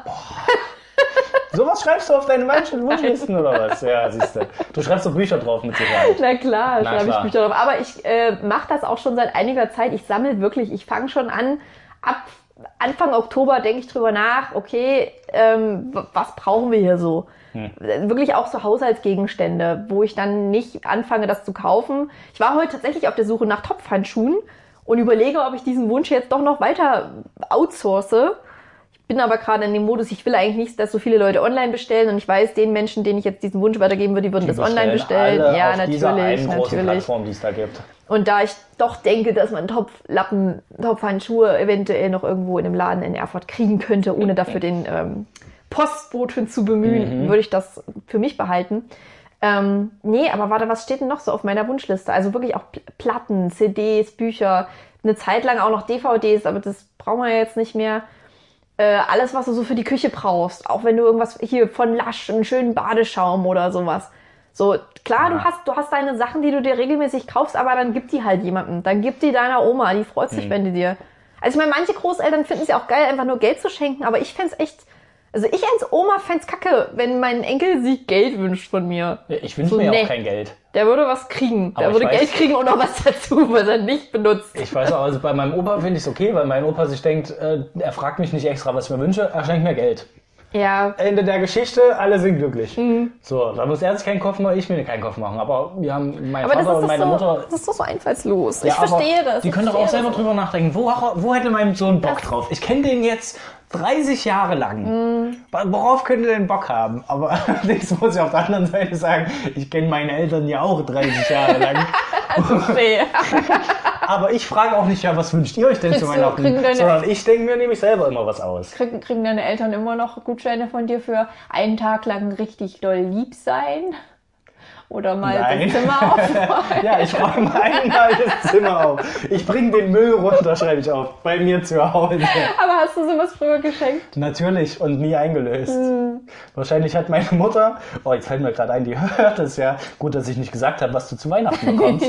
Sowas schreibst du auf deine Wunschlisten oder was? Ja, siehst du. Du schreibst doch Bücher drauf mit Sicherheit. Na klar, schreibe ich Bücher drauf. Aber ich mache das auch schon seit einiger Zeit. Ich sammle wirklich. Ich fange schon an. Ab Anfang Oktober denke ich drüber nach. Okay, was brauchen wir hier so? Wirklich auch so Haushaltsgegenstände, wo ich dann nicht anfange, das zu kaufen. Ich war heute tatsächlich auf der Suche nach Topfhandschuhen und überlege, ob ich diesen Wunsch jetzt doch noch weiter outsource. Bin aber gerade in dem Modus, ich will eigentlich nicht, dass so viele Leute online bestellen und ich weiß, den Menschen, denen ich jetzt diesen Wunsch weitergeben würde, die würden das online bestellen. Alle ja, auf natürlich. Plattform, die es da gibt. Und da ich doch denke, dass man Topfhandschuhe eventuell noch irgendwo in einem Laden in Erfurt kriegen könnte, ohne dafür den Postboten zu bemühen, würde ich das für mich behalten. Nee, aber warte, was steht denn noch so auf meiner Wunschliste? Also wirklich auch Platten, CDs, Bücher, eine Zeit lang auch noch DVDs, aber das brauchen wir jetzt nicht mehr. Alles, was du so für die Küche brauchst. Auch wenn du irgendwas hier von Lush, einen schönen Badeschaum oder sowas. So, klar, ja. du hast deine Sachen, die du dir regelmäßig kaufst, aber dann gib die halt jemandem. Dann gib die deiner Oma, die freut sich, wenn die dir... Also ich meine, manche Großeltern finden es ja auch geil, einfach nur Geld zu schenken, aber ich fänd's echt... Also ich als Oma fänd's kacke, wenn mein Enkel sich Geld wünscht von mir. Ja, ich wünsche mir auch kein Geld. Der würde was kriegen. Der würde Geld kriegen und noch was dazu, was er nicht benutzt. Ich weiß auch, also bei meinem Opa finde ich es okay, weil mein Opa sich denkt, er fragt mich nicht extra, was ich mir wünsche, er schenkt mir Geld. Ja. Ende der Geschichte, alle sind glücklich. So, da muss er sich keinen Kopf machen, ich will mir keinen Kopf machen. Aber wir haben mein Vater und meine Mutter... Das ist doch so einfallslos. Ja, ich verstehe das. Die können doch auch selber drüber nachdenken. Wo hätte mein Sohn Bock drauf? Ich kenne den jetzt 30 Jahre lang. Worauf könnte der denn Bock haben? Aber das muss ich auf der anderen Seite sagen, ich kenne meine Eltern ja auch 30 Jahre lang. Aber ich frage auch nicht, ja, was wünscht ihr euch denn zu Weihnachten? Sondern ich denke mir nämlich selber immer was aus. Kriegen deine Eltern immer noch Gutscheine von dir für einen Tag lang richtig doll lieb sein? Oder mal das Zimmer aufräumen? Ja, ich räume einmal das Zimmer auf. Ich bringe den Müll runter, schreibe ich auf, bei mir zu Hause. Aber hast du sowas früher geschenkt? Natürlich und nie eingelöst. Wahrscheinlich hat meine Mutter, jetzt fällt mir gerade ein, die hört es ja, gut, dass ich nicht gesagt habe, was du zu Weihnachten bekommst.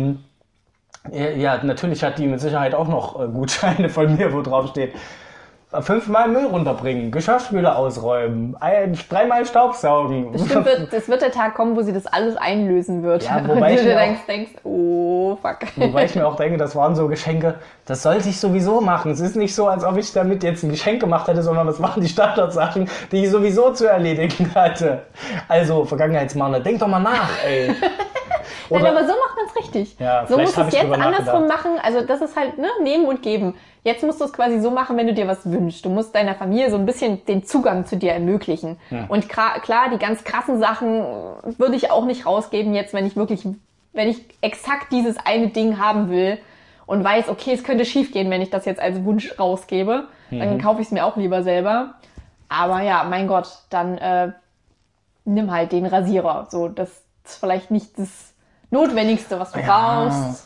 Ja, natürlich hat die mit Sicherheit auch noch Gutscheine von mir, wo drauf steht, 5-mal Müll runterbringen, Geschirrspüler ausräumen, 3-mal Staubsaugen. Bestimmt wird der Tag kommen, wo sie das alles einlösen wird. Ja, wobei und du denkst, oh, fuck. Wobei ich mir auch denke, das waren so Geschenke, das sollte ich sowieso machen. Es ist nicht so, als ob ich damit jetzt ein Geschenk gemacht hätte, sondern das waren die Standardsachen, die ich sowieso zu erledigen hatte. Also, Vergangenheitsmahner, denk doch mal nach, ey. Nein, aber so macht man es richtig. Ja, so musst du es jetzt drüber andersrum machen. Also das ist halt nehmen und geben. Jetzt musst du es quasi so machen, wenn du dir was wünschst. Du musst deiner Familie so ein bisschen den Zugang zu dir ermöglichen. Ja. Und klar, die ganz krassen Sachen würde ich auch nicht rausgeben jetzt, wenn ich exakt dieses eine Ding haben will und weiß, okay, es könnte schief gehen, wenn ich das jetzt als Wunsch rausgebe. Dann kaufe ich es mir auch lieber selber. Aber ja, mein Gott, dann nimm halt den Rasierer. So, das ist vielleicht nicht das Notwendigste, was du brauchst.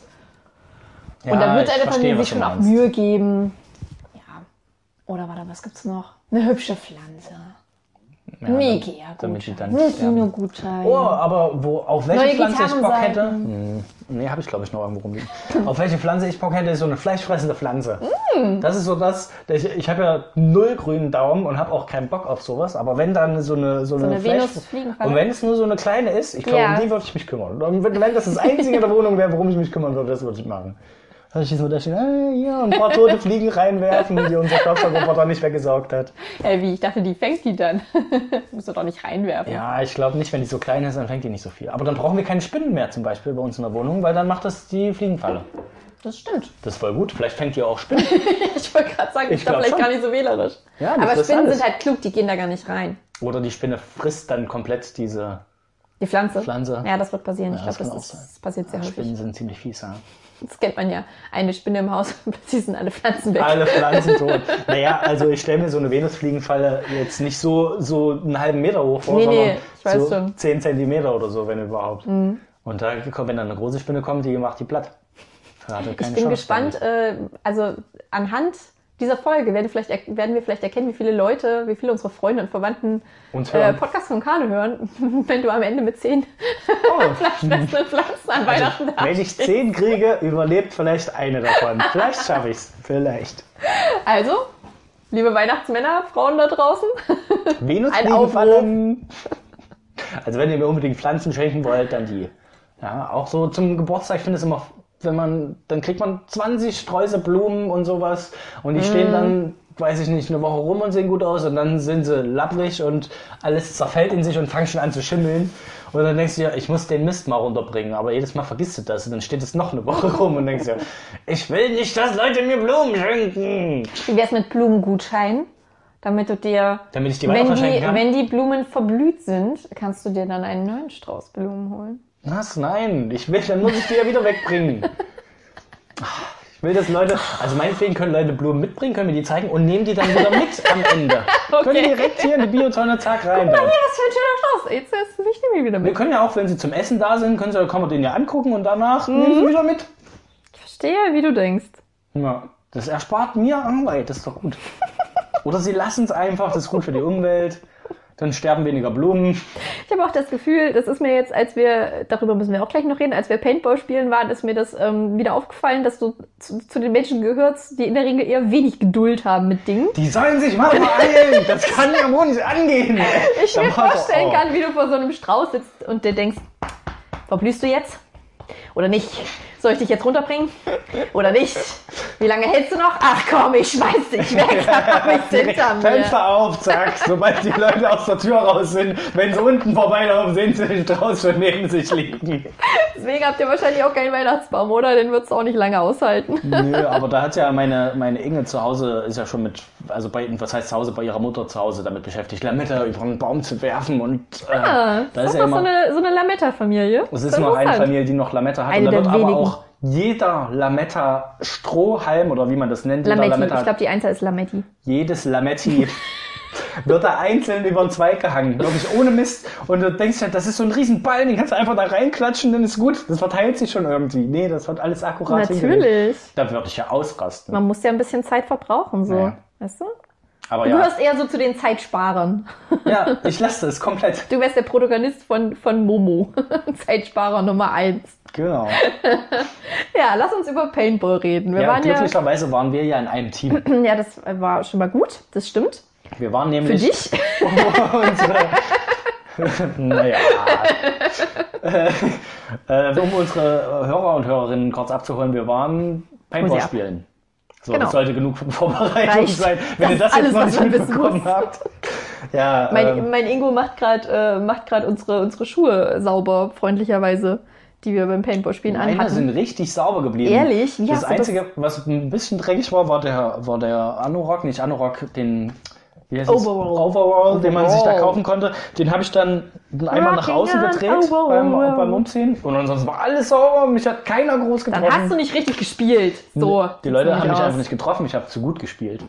Ja, und dann wird deine Familie sich schon auch Mühe geben. Ja. Oder warte, was gibt's noch? Eine hübsche Pflanze. Ja, ein Ikea-Gutschein. Ein Kino-Gutschein. Oh, aber auf welche Pflanze ich Bock hätte? Nee, habe ich glaube ich noch irgendwo rumliegen. Auf welche Pflanze ich Bock hätte, ist so eine fleischfressende Pflanze. Das ist so das, ich habe ja 0 grünen Daumen und habe auch keinen Bock auf sowas, aber wenn dann so eine Venus-Fliegenfalle. Und wenn es nur so eine kleine ist, ich glaube, um die würde ich mich kümmern. Und wenn das Einzige in der Wohnung wäre, worum ich mich kümmern würde, das würde ich machen. Dass ich so da stehe, hier ein paar tote Fliegen reinwerfen, die unser Staubsaugerroboter nicht weggesaugt hat. Wie? Ich dachte, die fängt die dann. Musst du doch nicht reinwerfen. Ja, ich glaube nicht, wenn die so klein ist, dann fängt die nicht so viel. Aber dann brauchen wir keine Spinnen mehr zum Beispiel bei uns in der Wohnung, weil dann macht das die Fliegenfalle. Das stimmt. Das ist voll gut. Vielleicht fängt ihr auch Spinnen. Ich wollte gerade sagen, ich glaube vielleicht gar nicht so wählerisch. Ja, aber Spinnen sind halt klug, die gehen da gar nicht rein. Oder die Spinne frisst dann komplett die Pflanze. Pflanze. Ja, das wird passieren. Ja, ich glaube, das passiert sehr häufig. Spinnen sind ziemlich fies, ja. Das kennt man ja. Eine Spinne im Haus, plötzlich sind alle Pflanzen weg. Alle Pflanzen tot. Naja, also ich stelle mir so eine Venusfliegenfalle jetzt nicht so einen halben Meter hoch vor, sondern ich weiß so schon. 10 Zentimeter oder so, wenn überhaupt. Und da, wenn dann eine große Spinne kommt, die macht die platt. Ich bin gespannt, also anhand dieser Folge werden wir vielleicht erkennen, wie viele unsere Freunde und Verwandten Podcast von Kane hören, wenn du am Ende mit 10 fleischfressenden Pflanzen an Weihnachten dastehst. Wenn ich 10 kriege, überlebt vielleicht eine davon. Vielleicht schaffe ich es. Vielleicht. Also, liebe Weihnachtsmänner, Frauen da draußen, ein Aufruf. Also wenn ihr mir unbedingt Pflanzen schenken wollt, dann die. Ja, auch so zum Geburtstag, ich finde es immer... dann kriegt man 20 Sträuße Blumen und sowas und die stehen dann, weiß ich nicht, eine Woche rum und sehen gut aus und dann sind sie lapprig und alles zerfällt in sich und fangen schon an zu schimmeln und dann denkst du ja, ich muss den Mist mal runterbringen, aber jedes Mal vergisst du das und dann steht es noch eine Woche rum und denkst ja, ich will nicht, dass Leute mir Blumen schenken. Wie wär's mit Blumengutschein? Damit ich die weiterverschenken kann? Wenn die Blumen verblüht sind, kannst du dir dann einen neuen Strauß Blumen holen. Was? Nein, dann muss ich die ja wieder wegbringen. Ich will, dass Leute, also meinetwegen können Leute Blumen mitbringen, können mir die zeigen und nehmen die dann wieder mit am Ende. Okay. Können direkt hier in die Biotonne, zack, rein. Guck mal hier, was für ein schöner Strauß. Jetzt ich nehme die wieder mit. Wir können ja auch, wenn sie zum Essen da sind, kann man den ja angucken und danach nehmen sie wieder mit. Ich verstehe, wie du denkst. Ja, das erspart mir Arbeit, das ist doch gut. Oder sie lassen es einfach, das ist gut für die Umwelt. Dann sterben weniger Blumen. Ich habe auch das Gefühl, das ist mir jetzt, darüber müssen wir auch gleich noch reden, als wir Paintball spielen waren, ist mir das wieder aufgefallen, dass du zu den Menschen gehörst, die in der Regel eher wenig Geduld haben mit Dingen. Die sollen sich mal beeilen! Das kann ja wohl nicht angehen! Ich mir vorstellen kann, wie du vor so einem Strauß sitzt und dir denkst, verblühst du jetzt? Oder nicht? Soll ich dich jetzt runterbringen? Oder nicht? Wie lange hältst du noch? Ach komm, ich schmeiß dich weg, dann hab ich's hinter mir. Fenster auf, zack, sobald die Leute aus der Tür raus sind, wenn sie unten vorbeilaufen, sehen sie den Strauß schon neben sich liegen. Deswegen habt ihr wahrscheinlich auch keinen Weihnachtsbaum, oder? Den wird's auch nicht lange aushalten. Nö, aber da hat ja meine Inge zu Hause, ist ja schon was heißt zu Hause, bei ihrer Mutter zu Hause damit beschäftigt, Lametta über einen Baum zu werfen und da ist ja immer so eine Lametta-Familie. Es ist noch eine Familie, die noch Lametta hat und da wird aber auch jeder Lametta-Strohhalm oder wie man das nennt. Lametti. Ich glaube, die Einzahl ist Lametti. Jedes Lametti wird da einzeln über den Zweig gehangen. Wirklich ohne Mist. Und du denkst ja, das ist so ein Riesenball, den kannst du einfach da reinklatschen, dann ist gut. Das verteilt sich schon irgendwie. Nee, das wird alles akkurat Natürlich. Da würde ich ja ausrasten. Man muss ja ein bisschen Zeit verbrauchen, so. Ja. Weißt du? Aber du gehörst eher so zu den Zeitsparern. Ja, ich lasse es komplett. Du wärst der Protagonist von Momo. Zeitsparer Nummer 1. Genau. Ja, lass uns über Paintball reden. Glücklicherweise waren wir ja in einem Team. Ja, das war schon mal gut, das stimmt. Wir waren nämlich... Für dich? Naja. Um unsere Hörer und Hörerinnen kurz abzuholen, wir waren Paintball spielen. So, genau. Das sollte genug Vorbereitung sein, wenn ihr das jetzt noch nicht mitbekommen habt. Ja, mein Ingo macht gerade unsere Schuhe sauber, freundlicherweise, die wir beim Paintball-Spielen anhatten. Meine sind richtig sauber geblieben. Ehrlich? Wie das Einzige, was ein bisschen dreckig war, war der Anorak, nicht Anorak, den... Overall, den man sich da kaufen konnte. Den habe ich dann einmal nach außen gedreht beim Umziehen. Und ansonsten war alles sauber. Mich hat keiner groß getroffen. Dann hast du nicht richtig gespielt. So. Die Leute haben mich einfach nicht getroffen. Ich habe zu gut gespielt.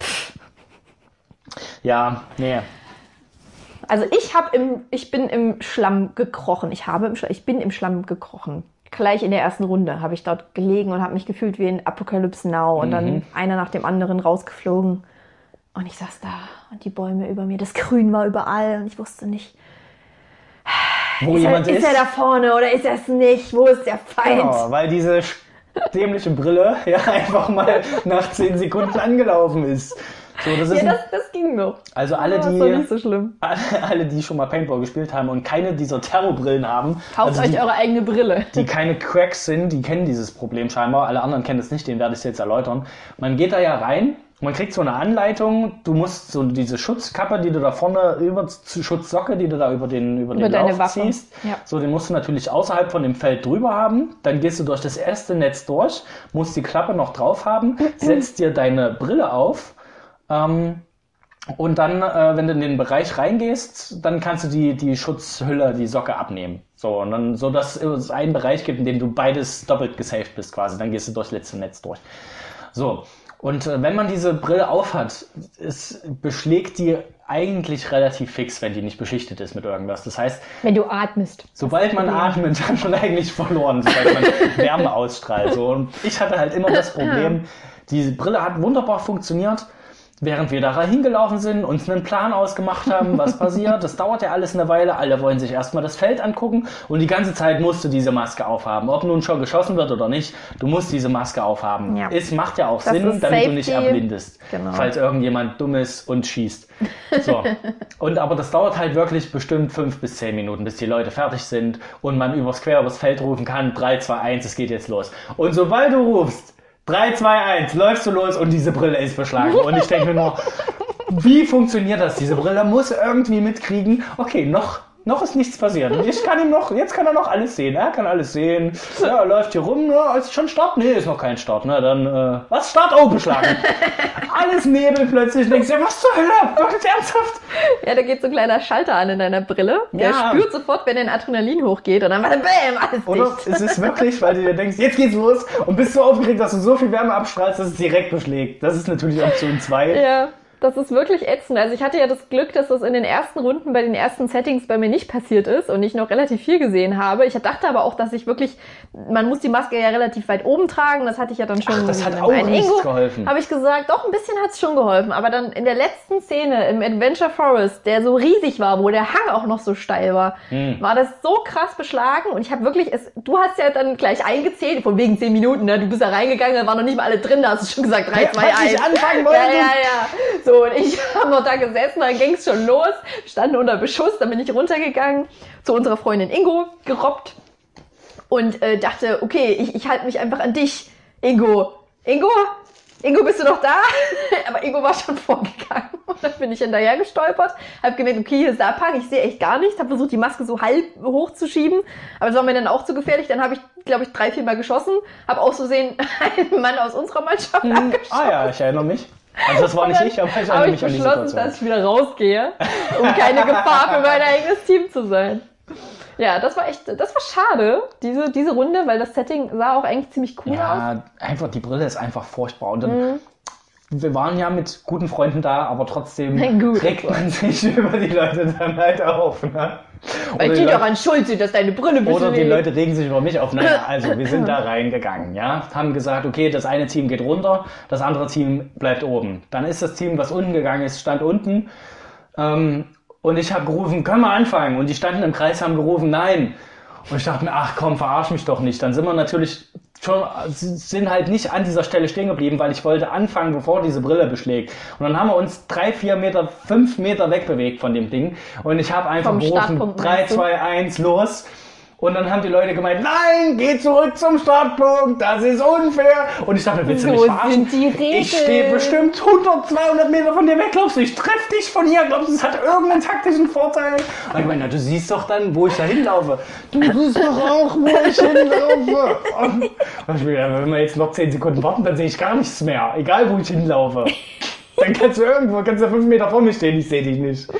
Ja, nee. Also ich bin im Schlamm gekrochen. Ich bin im Schlamm gekrochen. Gleich in der ersten Runde habe ich dort gelegen und habe mich gefühlt wie in Apocalypse Now. Und dann einer nach dem anderen rausgeflogen. Und ich saß da und die Bäume über mir, das Grün war überall und ich wusste nicht, ist er da vorne oder ist er es nicht? Wo ist der Feind? Genau, weil diese dämliche Brille ja einfach mal nach 10 Sekunden angelaufen ist. So, das ging noch. Also alle, das war nicht so schlimm. Alle, die schon mal Paintball gespielt haben und keine dieser Terrorbrillen haben. Kauft euch eure eigene Brille. Die keine Cracks sind, die kennen dieses Problem scheinbar. Alle anderen kennen es nicht, denen werde ich es jetzt erläutern. Man geht da ja rein. Man kriegt so eine Anleitung, du musst so diese Schutzkappe, die du da vorne Schutzsocke, die du da über den Lauf ziehst, so, den musst du natürlich außerhalb von dem Feld drüber haben. Dann gehst du durch das erste Netz durch, musst die Klappe noch drauf haben, setzt dir deine Brille auf, und dann, wenn du in den Bereich reingehst, dann kannst du die Schutzhülle, die Socke abnehmen. So, und dann, so dass es einen Bereich gibt, in dem du beides doppelt gesaved bist quasi. Dann gehst du durch das letzte Netz durch. So. Und wenn man diese Brille aufhat, es beschlägt die eigentlich relativ fix, wenn die nicht beschichtet ist mit irgendwas. Das heißt, wenn du atmest. Sobald man atmet, hat man eigentlich verloren, sobald man Wärme ausstrahlt. So. Und ich hatte halt immer das Problem, diese Brille hat wunderbar funktioniert, während wir da hingelaufen sind, uns einen Plan ausgemacht haben, was passiert. Das dauert ja alles eine Weile. Alle wollen sich erstmal das Feld angucken und die ganze Zeit musst du diese Maske aufhaben. Ob nun schon geschossen wird oder nicht, du musst diese Maske aufhaben. Ja. Es macht ja auch Sinn, damit du nicht erblindest, falls irgendjemand dumm ist und schießt. So. Aber das dauert halt wirklich bestimmt 5 bis 10 Minuten, bis die Leute fertig sind und man übers Feld rufen kann, 3, 2, 1, es geht jetzt los. Und sobald du rufst, 3, 2, 1, läufst du los und diese Brille ist beschlagen. Und ich denke mir noch, wie funktioniert das? Diese Brille muss irgendwie mitkriegen, okay, noch ist nichts passiert. Jetzt kann er noch alles sehen. Er kann alles sehen. Ja, er läuft hier rum. Ja, ist schon Start? Nee, ist noch kein Start. Na dann, was? Start? Oh, beschlagen. Alles Nebel plötzlich. Denkst du, was zur Hölle? Doch nicht ernsthaft? Ja, da geht so ein kleiner Schalter an in deiner Brille. Der spürt sofort, wenn dein Adrenalin hochgeht. Und dann bam, alles dicht. Oder es ist wirklich, weil du dir denkst, jetzt geht's los. Und bist so aufgeregt, dass du so viel Wärme abstrahlst, dass es direkt beschlägt. Das ist natürlich Option 2. Ja. Das ist wirklich ätzend. Also ich hatte ja das Glück, dass das in den ersten Runden bei den ersten Settings bei mir nicht passiert ist und ich noch relativ viel gesehen habe. Ich dachte aber auch, dass ich wirklich, man muss die Maske ja relativ weit oben tragen. Das hatte ich ja dann schon. Das hat auch nichts geholfen. Habe ich gesagt, doch, ein bisschen hat's schon geholfen. Aber dann in der letzten Szene im Adventure Forest, der so riesig war, wo der Hang auch noch so steil war, war das so krass beschlagen. Und ich habe wirklich, du hast ja dann gleich eingezählt, von wegen 10 Minuten, ne? Du bist da reingegangen, da waren noch nicht mal alle drin, da hast du schon gesagt 3, 2, 1. Ich anfangen wollte. Ja. So, und ich habe noch da gesessen, dann ging's schon los, standen unter Beschuss, dann bin ich runtergegangen, zu unserer Freundin Ingo gerobbt und dachte, okay, ich halte mich einfach an dich, Ingo, bist du noch da? Aber Ingo war schon vorgegangen und dann bin ich hinterher gestolpert, habe gemerkt, okay, hier ist der Abhang, ich sehe echt gar nichts, habe versucht, die Maske so halb hochzuschieben, aber das war mir dann auch zu gefährlich, dann habe ich, glaube ich, 3, 4 Mal geschossen, habe aus Versehen einen Mann aus unserer Mannschaft abgeschossen. Ah ja, ich erinnere mich. Also das war nicht ich, aber ich erinnere mich an die Situation. Beschlossen, dass ich wieder rausgehe, um keine Gefahr für mein eigenes Team zu sein. Ja, das war schade, diese Runde, weil das Setting sah auch eigentlich ziemlich cool aus. Ja, einfach, die Brille ist einfach furchtbar. Und dann, wir waren ja mit guten Freunden da, aber trotzdem regt man sich über die Leute dann halt auf. Ne? Weil die daran schuld sind, dass deine Brille beschlägt. Oder die Leute regen sich über mich auf. Naja, also wir sind da reingegangen, ja, haben gesagt, okay, das eine Team geht runter, das andere Team bleibt oben. Dann ist das Team, was unten gegangen ist, stand unten. Und ich habe gerufen, können wir anfangen? Und die standen im Kreis, haben gerufen, nein. Und ich dachte mir, ach komm, verarsch mich doch nicht. Dann sind wir natürlich sind halt nicht an dieser Stelle stehen geblieben, weil ich wollte anfangen, bevor diese Brille beschlägt. Und dann haben wir uns 3, 4 Meter, 5 Meter wegbewegt von dem Ding. Und ich habe einfach gerufen, 3, 2, 1, los. Und dann haben die Leute gemeint, nein, geh zurück zum Startpunkt, das ist unfair. Und ich dachte, willst du mich verarschen? Ich stehe bestimmt 100, 200 Meter von dir weg, glaubst du, ich treffe dich von hier, glaubst du, es hat irgendeinen taktischen Vorteil? Und ich meine, na, du siehst doch dann, wo ich da hinlaufe. Du siehst doch auch, wo ich hinlaufe. Und ich dachte, wenn wir jetzt noch 10 Sekunden warten, dann sehe ich gar nichts mehr, egal wo ich hinlaufe. Dann kannst du 5 Meter vor mir stehen, ich sehe dich nicht.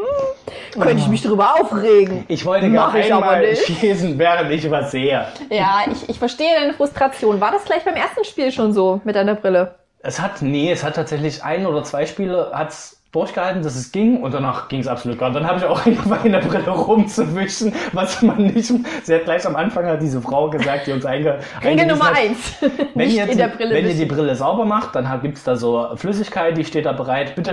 Könnte ich mich darüber aufregen. Ich wollte gar einmal schießen, während ich was sehe. Ja, ich verstehe deine Frustration. War das gleich beim ersten Spiel schon so mit deiner Brille? Es hat tatsächlich 1 oder 2 Spiele durchgehalten, dass es ging und danach ging es absolut gar nicht. Dann habe ich auch angefangen, in der Brille rumzuwischen, was man nicht... Sie hat gleich am Anfang diese Frau gesagt, die uns Regel Nummer 1. Wenn ihr die Brille sauber macht, dann gibt's da so Flüssigkeit, die steht da bereit. Bitte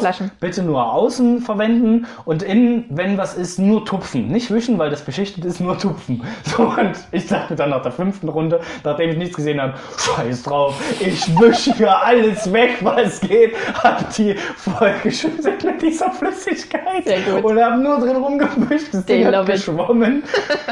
nur außen verwenden und innen, wenn was ist, nur tupfen. Nicht wischen, weil das beschichtet ist, nur tupfen. So, und ich dachte dann nach der 5. Runde, nachdem ich nichts gesehen habe, scheiß drauf, ich wische hier alles weg, was geht. Hab die voll geschüttelt mit dieser Flüssigkeit und habe nur drin rumgewischt. Das Ding hat geschwommen.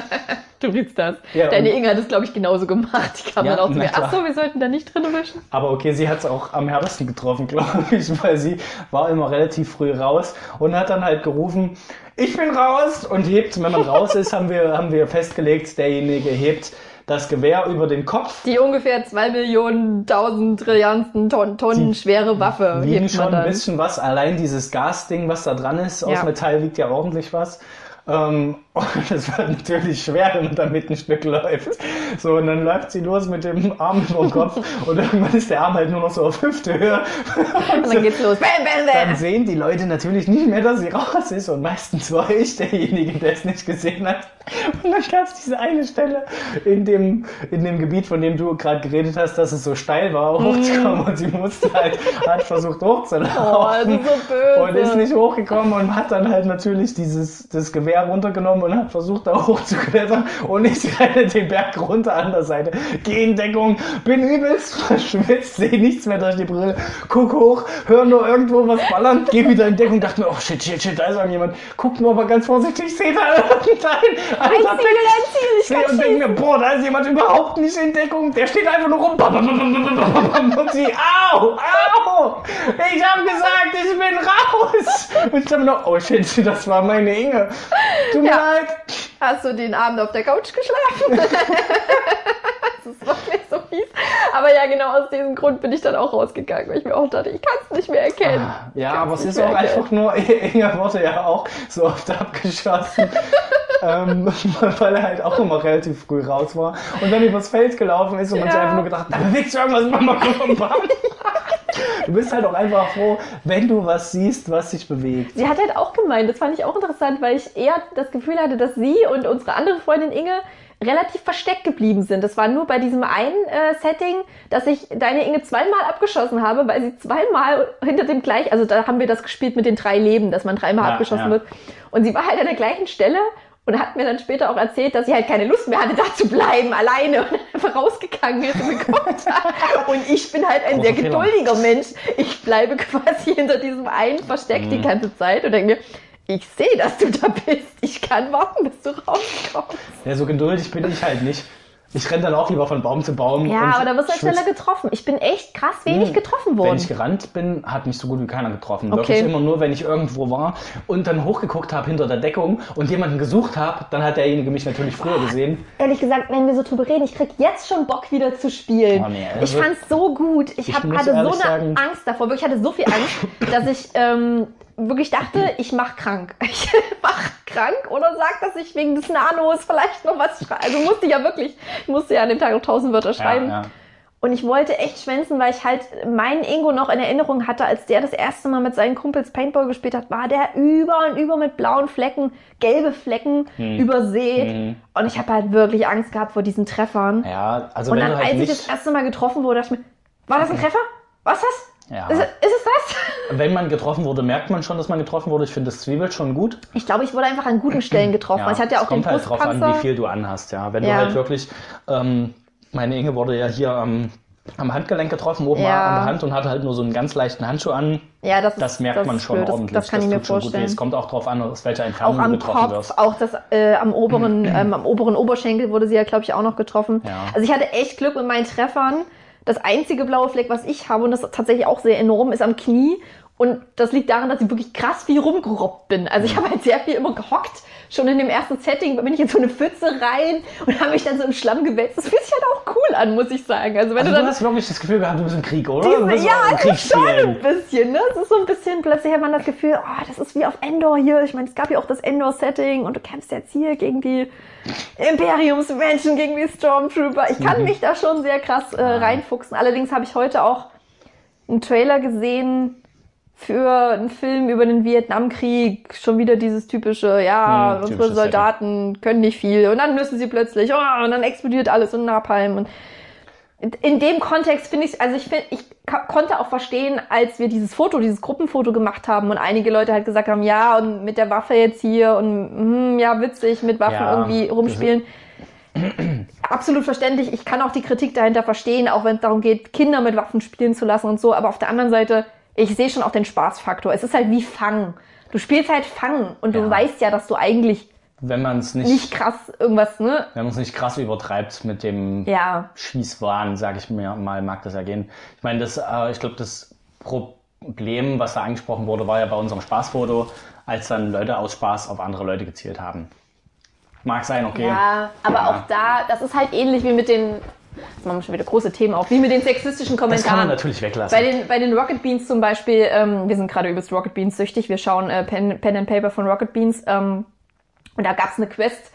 Du willst das. Ja, deine Inge hat es, glaube ich, genauso gemacht. Die kam dann auch zu mir. Ach so, wir sollten da nicht drin wischen. Aber okay, sie hat es auch am härtesten getroffen, glaube ich, weil sie war immer relativ früh raus und hat dann halt gerufen, ich bin raus und hebt. Wenn man raus ist, haben wir festgelegt, derjenige hebt das Gewehr über den Kopf. Die ungefähr 2 Millionen, 1000 Trilliarden Tonnen schwere Waffe. Wiegen schon ein bisschen was. Allein dieses Gasding, was da dran ist, aus Metall wiegt ja ordentlich was. Und das wird natürlich schwer, wenn man da mit ein Stück läuft. So, und dann läuft sie los mit dem Arm über den Kopf und irgendwann ist der Arm halt nur noch so auf Hüftehöhe. Und dann geht's los. Bam, bam, bam. Dann sehen die Leute natürlich nicht mehr, dass sie raus ist und meistens war ich derjenige, der es nicht gesehen hat. Und dann gab es diese eine Stelle in dem Gebiet, von dem du gerade geredet hast, dass es so steil war, hochzukommen und sie musste hat versucht hochzulaufen. Oh, das ist so böse. Und ist nicht hochgekommen und hat dann halt natürlich das Gewehr runtergenommen und hat versucht, da hochzuklettern und ich renne den Berg runter an der Seite. Geh in Deckung, bin übelst verschwitzt, sehe nichts mehr durch die Brille, guck hoch, hör nur irgendwo was ballern, geh wieder in Deckung, dachte mir, oh shit, da ist irgendjemand, guck nur aber ganz vorsichtig, sehe da irgendein und denke mir, boah, da ist jemand überhaupt nicht in Deckung, der steht einfach nur rum und sie, au, ich hab gesagt, ich bin raus und ich dachte mir noch, oh shit, das war meine Inge. Tut mir leid. Hast du den Abend auf der Couch geschlafen? Das ist wirklich so fies. Aber ja, genau aus diesem Grund bin ich dann auch rausgegangen, weil ich mir auch dachte, ich kann es nicht mehr erkennen. Ja, aber es ist auch einfach nur, Inge wurde ja auch so oft abgeschossen, weil er halt auch immer relativ früh raus war. Und dann übers Feld gelaufen ist und man sich einfach nur gedacht, da bewegt sich irgendwas, Mama, komm. Du bist halt auch einfach froh, wenn du was siehst, was sich bewegt. Sie hat halt auch gemeint, das fand ich auch interessant, weil ich eher das Gefühl hatte, dass sie und unsere andere Freundin Inge relativ versteckt geblieben sind. Das war nur bei diesem einen Setting, dass ich deine Inge 2-mal abgeschossen habe, weil sie 2-mal hinter dem gleichen, also da haben wir das gespielt mit den 3 Leben, dass man 3-mal abgeschossen wird. Und sie war halt an der gleichen Stelle und hat mir dann später auch erzählt, dass sie halt keine Lust mehr hatte, da zu bleiben, alleine und einfach rausgegangen ist und geguckt hat. Und ich bin halt ein sehr geduldiger Mensch. Ich bleibe quasi hinter diesem einen Versteck die ganze Zeit und denke mir, ich sehe, dass du da bist. Ich kann warten, bis du rauskommst. Ja, so geduldig bin ich halt nicht. Ich renne dann auch lieber von Baum zu Baum. Ja, aber da wirst du halt schneller getroffen. Ich bin echt krass wenig getroffen worden. Wenn ich gerannt bin, hat mich so gut wie keiner getroffen. Okay. Wirklich immer nur, wenn ich irgendwo war und dann hochgeguckt habe hinter der Deckung und jemanden gesucht habe, dann hat derjenige mich natürlich früher gesehen. Ehrlich gesagt, wenn wir so drüber reden, ich krieg jetzt schon Bock wieder zu spielen. Oh, nee, also ich fand's so gut. Ich hatte so eine Angst davor. Wirklich, ich hatte so viel Angst, dass ich wirklich dachte, ich mach krank. Ich mach krank oder sag, dass ich wegen des Nanos vielleicht noch was schreibe. Also musste ja an dem Tag noch 1000 Wörter schreiben. Ja. Und ich wollte echt schwänzen, weil ich halt meinen Ingo noch in Erinnerung hatte, als der das erste Mal mit seinen Kumpels Paintball gespielt hat, war der über und über mit blauen Flecken, gelbe Flecken übersät. Und ich habe halt wirklich Angst gehabt vor diesen Treffern. Ja, also und wenn dann, du halt als nicht... ich das erste Mal getroffen wurde, dachte ich mir, war das ein Treffer? Was ist das? Ja. Ist es das? Wenn man getroffen wurde, merkt man schon, dass man getroffen wurde. Ich finde, das zwiebelt schon gut. Ich glaube, ich wurde einfach an guten Stellen getroffen. Ja, ich hatte ja auch den kommt halt drauf an, Brustpanzer. wie viel du anhast. Ja. Wenn du halt wirklich... meine Inge wurde ja hier am Handgelenk getroffen, oben an der Hand und hatte halt nur so einen ganz leichten Handschuh an. Ja, das merkt man schon ordentlich. Das kann ich mir tut schon vorstellen. Gut. Es kommt auch drauf an, aus welcher Entfernung auch am du getroffen Kopf, wirst. auch das am oberen Oberschenkel wurde sie ja, glaube ich, auch noch getroffen. Ja. Also ich hatte echt Glück mit meinen Treffern. Das einzige blaue Fleck, was ich habe, und das ist tatsächlich auch sehr enorm, ist am Knie. Und das liegt daran, dass ich wirklich krass viel rumgerobbt bin. Also ich habe halt sehr viel immer gehockt. Schon in dem ersten Setting bin ich in so eine Pfütze rein und habe mich dann so im Schlamm gewälzt. Das fühlt sich halt auch cool an, muss ich sagen. Also, wenn du hast wirklich das Gefühl gehabt, du bist im Krieg, oder? Du bist im Krieg schon ein bisschen. Ne? Es ist so ein bisschen, plötzlich hat man das Gefühl, das ist wie auf Endor hier. Ich meine, es gab ja auch das Endor-Setting und du kämpfst jetzt hier gegen die Imperiumsmenschen, gegen die Stormtrooper. Ich kann mich da schon sehr krass reinfuchsen. Allerdings habe ich heute auch einen Trailer gesehen für einen Film über den Vietnamkrieg, schon wieder dieses typische, unsere Soldaten können nicht viel und dann müssen sie plötzlich, und dann explodiert alles und Napalm. Und in dem Kontext finde ich konnte auch verstehen, als wir dieses Gruppenfoto gemacht haben und einige Leute halt gesagt haben, und mit der Waffe jetzt hier und witzig, mit Waffen irgendwie rumspielen. Absolut verständlich. Ich kann auch die Kritik dahinter verstehen, auch wenn es darum geht, Kinder mit Waffen spielen zu lassen und so, aber auf der anderen Seite, ich sehe schon auch den Spaßfaktor. Es ist halt wie Fang. Du spielst halt Fang und du weißt ja, dass du eigentlich wenn man es nicht krass irgendwas, ne? Wenn man es nicht krass übertreibt mit dem Schießwahn, sage ich mir mal, mag das ja gehen. Ich meine, ich glaube, das Problem, was da angesprochen wurde, war ja bei unserem Spaßfoto, als dann Leute aus Spaß auf andere Leute gezielt haben. Mag sein, okay. Ja, aber auch das ist halt ähnlich wie mit den... Jetzt machen wir schon wieder große Themen auf, wie mit den sexistischen Kommentaren. Das kann man natürlich weglassen. Bei den Rocket Beans zum Beispiel, wir sind gerade übelst Rocket Beans süchtig, wir schauen Pen and Paper von Rocket Beans und da gab's eine Quest,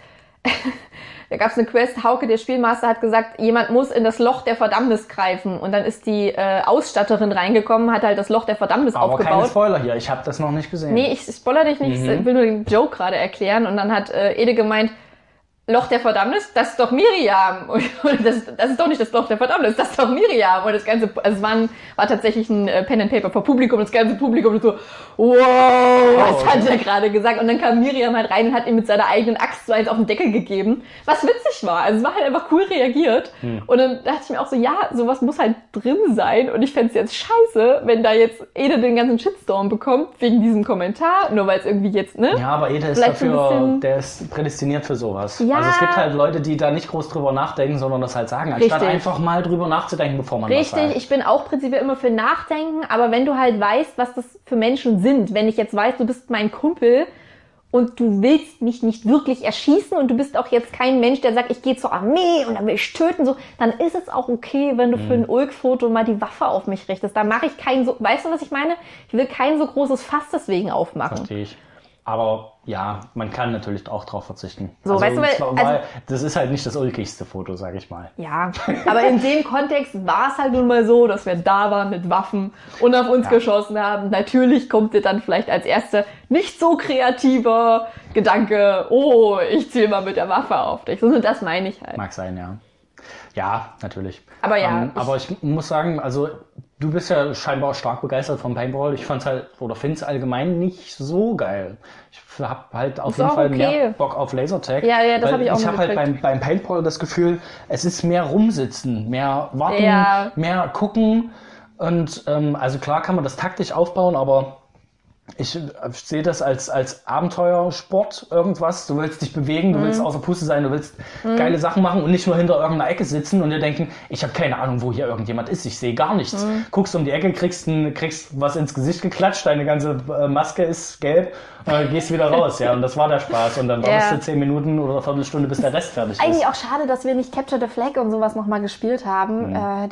Hauke, der Spielmaster, hat gesagt, jemand muss in das Loch der Verdammnis greifen und dann ist die Ausstatterin reingekommen, hat halt das Loch der Verdammnis aufgebaut. Aber keine Spoiler hier, ich habe das noch nicht gesehen. Nee, ich spoiler dich nicht, ich will nur den Joke gerade erklären und dann hat Ede gemeint, Loch der Verdammnis, das ist doch Miriam. Und das ist doch nicht das Loch der Verdammnis, das ist doch Miriam. Und das Ganze, also es war tatsächlich ein Pen and Paper vor Publikum, das ganze Publikum so, wow, was hat er gerade gesagt? Und dann kam Miriam halt rein und hat ihm mit seiner eigenen Axt so eins auf den Deckel gegeben, was witzig war. Also es war halt einfach cool reagiert. Und dann dachte ich mir auch so, sowas muss halt drin sein. Und ich fände es jetzt scheiße, wenn da jetzt Ede den ganzen Shitstorm bekommt wegen diesem Kommentar, nur weil es irgendwie jetzt, ne? Ja, aber Ede ist dafür, der ist prädestiniert für sowas. Ja. Also es gibt halt Leute, die da nicht groß drüber nachdenken, sondern das halt sagen, anstatt einfach mal drüber nachzudenken, bevor man was sagt. Richtig, ich bin auch prinzipiell immer für Nachdenken, aber wenn du halt weißt, was das für Menschen sind, wenn ich jetzt weiß, du bist mein Kumpel und du willst mich nicht wirklich erschießen und du bist auch jetzt kein Mensch, der sagt, ich gehe zur Armee und dann will ich töten, so, dann ist es auch okay, wenn du für ein Ulk-Foto mal die Waffe auf mich richtest. Da mache ich weißt du, was ich meine? Ich will kein so großes Fass deswegen aufmachen. Verstehe ich. Aber ja, man kann natürlich auch drauf verzichten. So, weißt du, das ist halt nicht das ulkigste Foto, sag ich mal. Ja, aber in dem Kontext war es halt nun mal so, dass wir da waren mit Waffen und auf uns geschossen haben. Natürlich kommt dir dann vielleicht als erster nicht so kreativer Gedanke, ich ziele mal mit der Waffe auf dich. So, das meine ich halt. Mag sein, ja. Ja, natürlich. Aber aber ich muss sagen, also du bist ja scheinbar stark begeistert vom Paintball. Ich fand's halt, oder find's allgemein nicht so geil. Ich hab halt auf jeden Fall mehr Bock auf Lasertag. Ja, das habe ich auch Ich habe halt beim Paintball das Gefühl, es ist mehr rumsitzen, mehr warten, mehr gucken. Und also klar kann man das taktisch aufbauen, aber ich sehe das als Abenteuersport, irgendwas. Du willst dich bewegen, du willst außer Puste sein, du willst geile Sachen machen und nicht nur hinter irgendeiner Ecke sitzen und dir denken, ich habe keine Ahnung, wo hier irgendjemand ist, ich sehe gar nichts. Guckst um die Ecke, kriegst was ins Gesicht geklatscht, deine ganze Maske ist gelb, gehst wieder raus. Ja, und das war der Spaß. Und dann wartest du 10 Minuten oder eine Viertelstunde, bis der Rest fertig ist. Eigentlich auch schade, dass wir nicht Capture the Flag und sowas nochmal gespielt haben.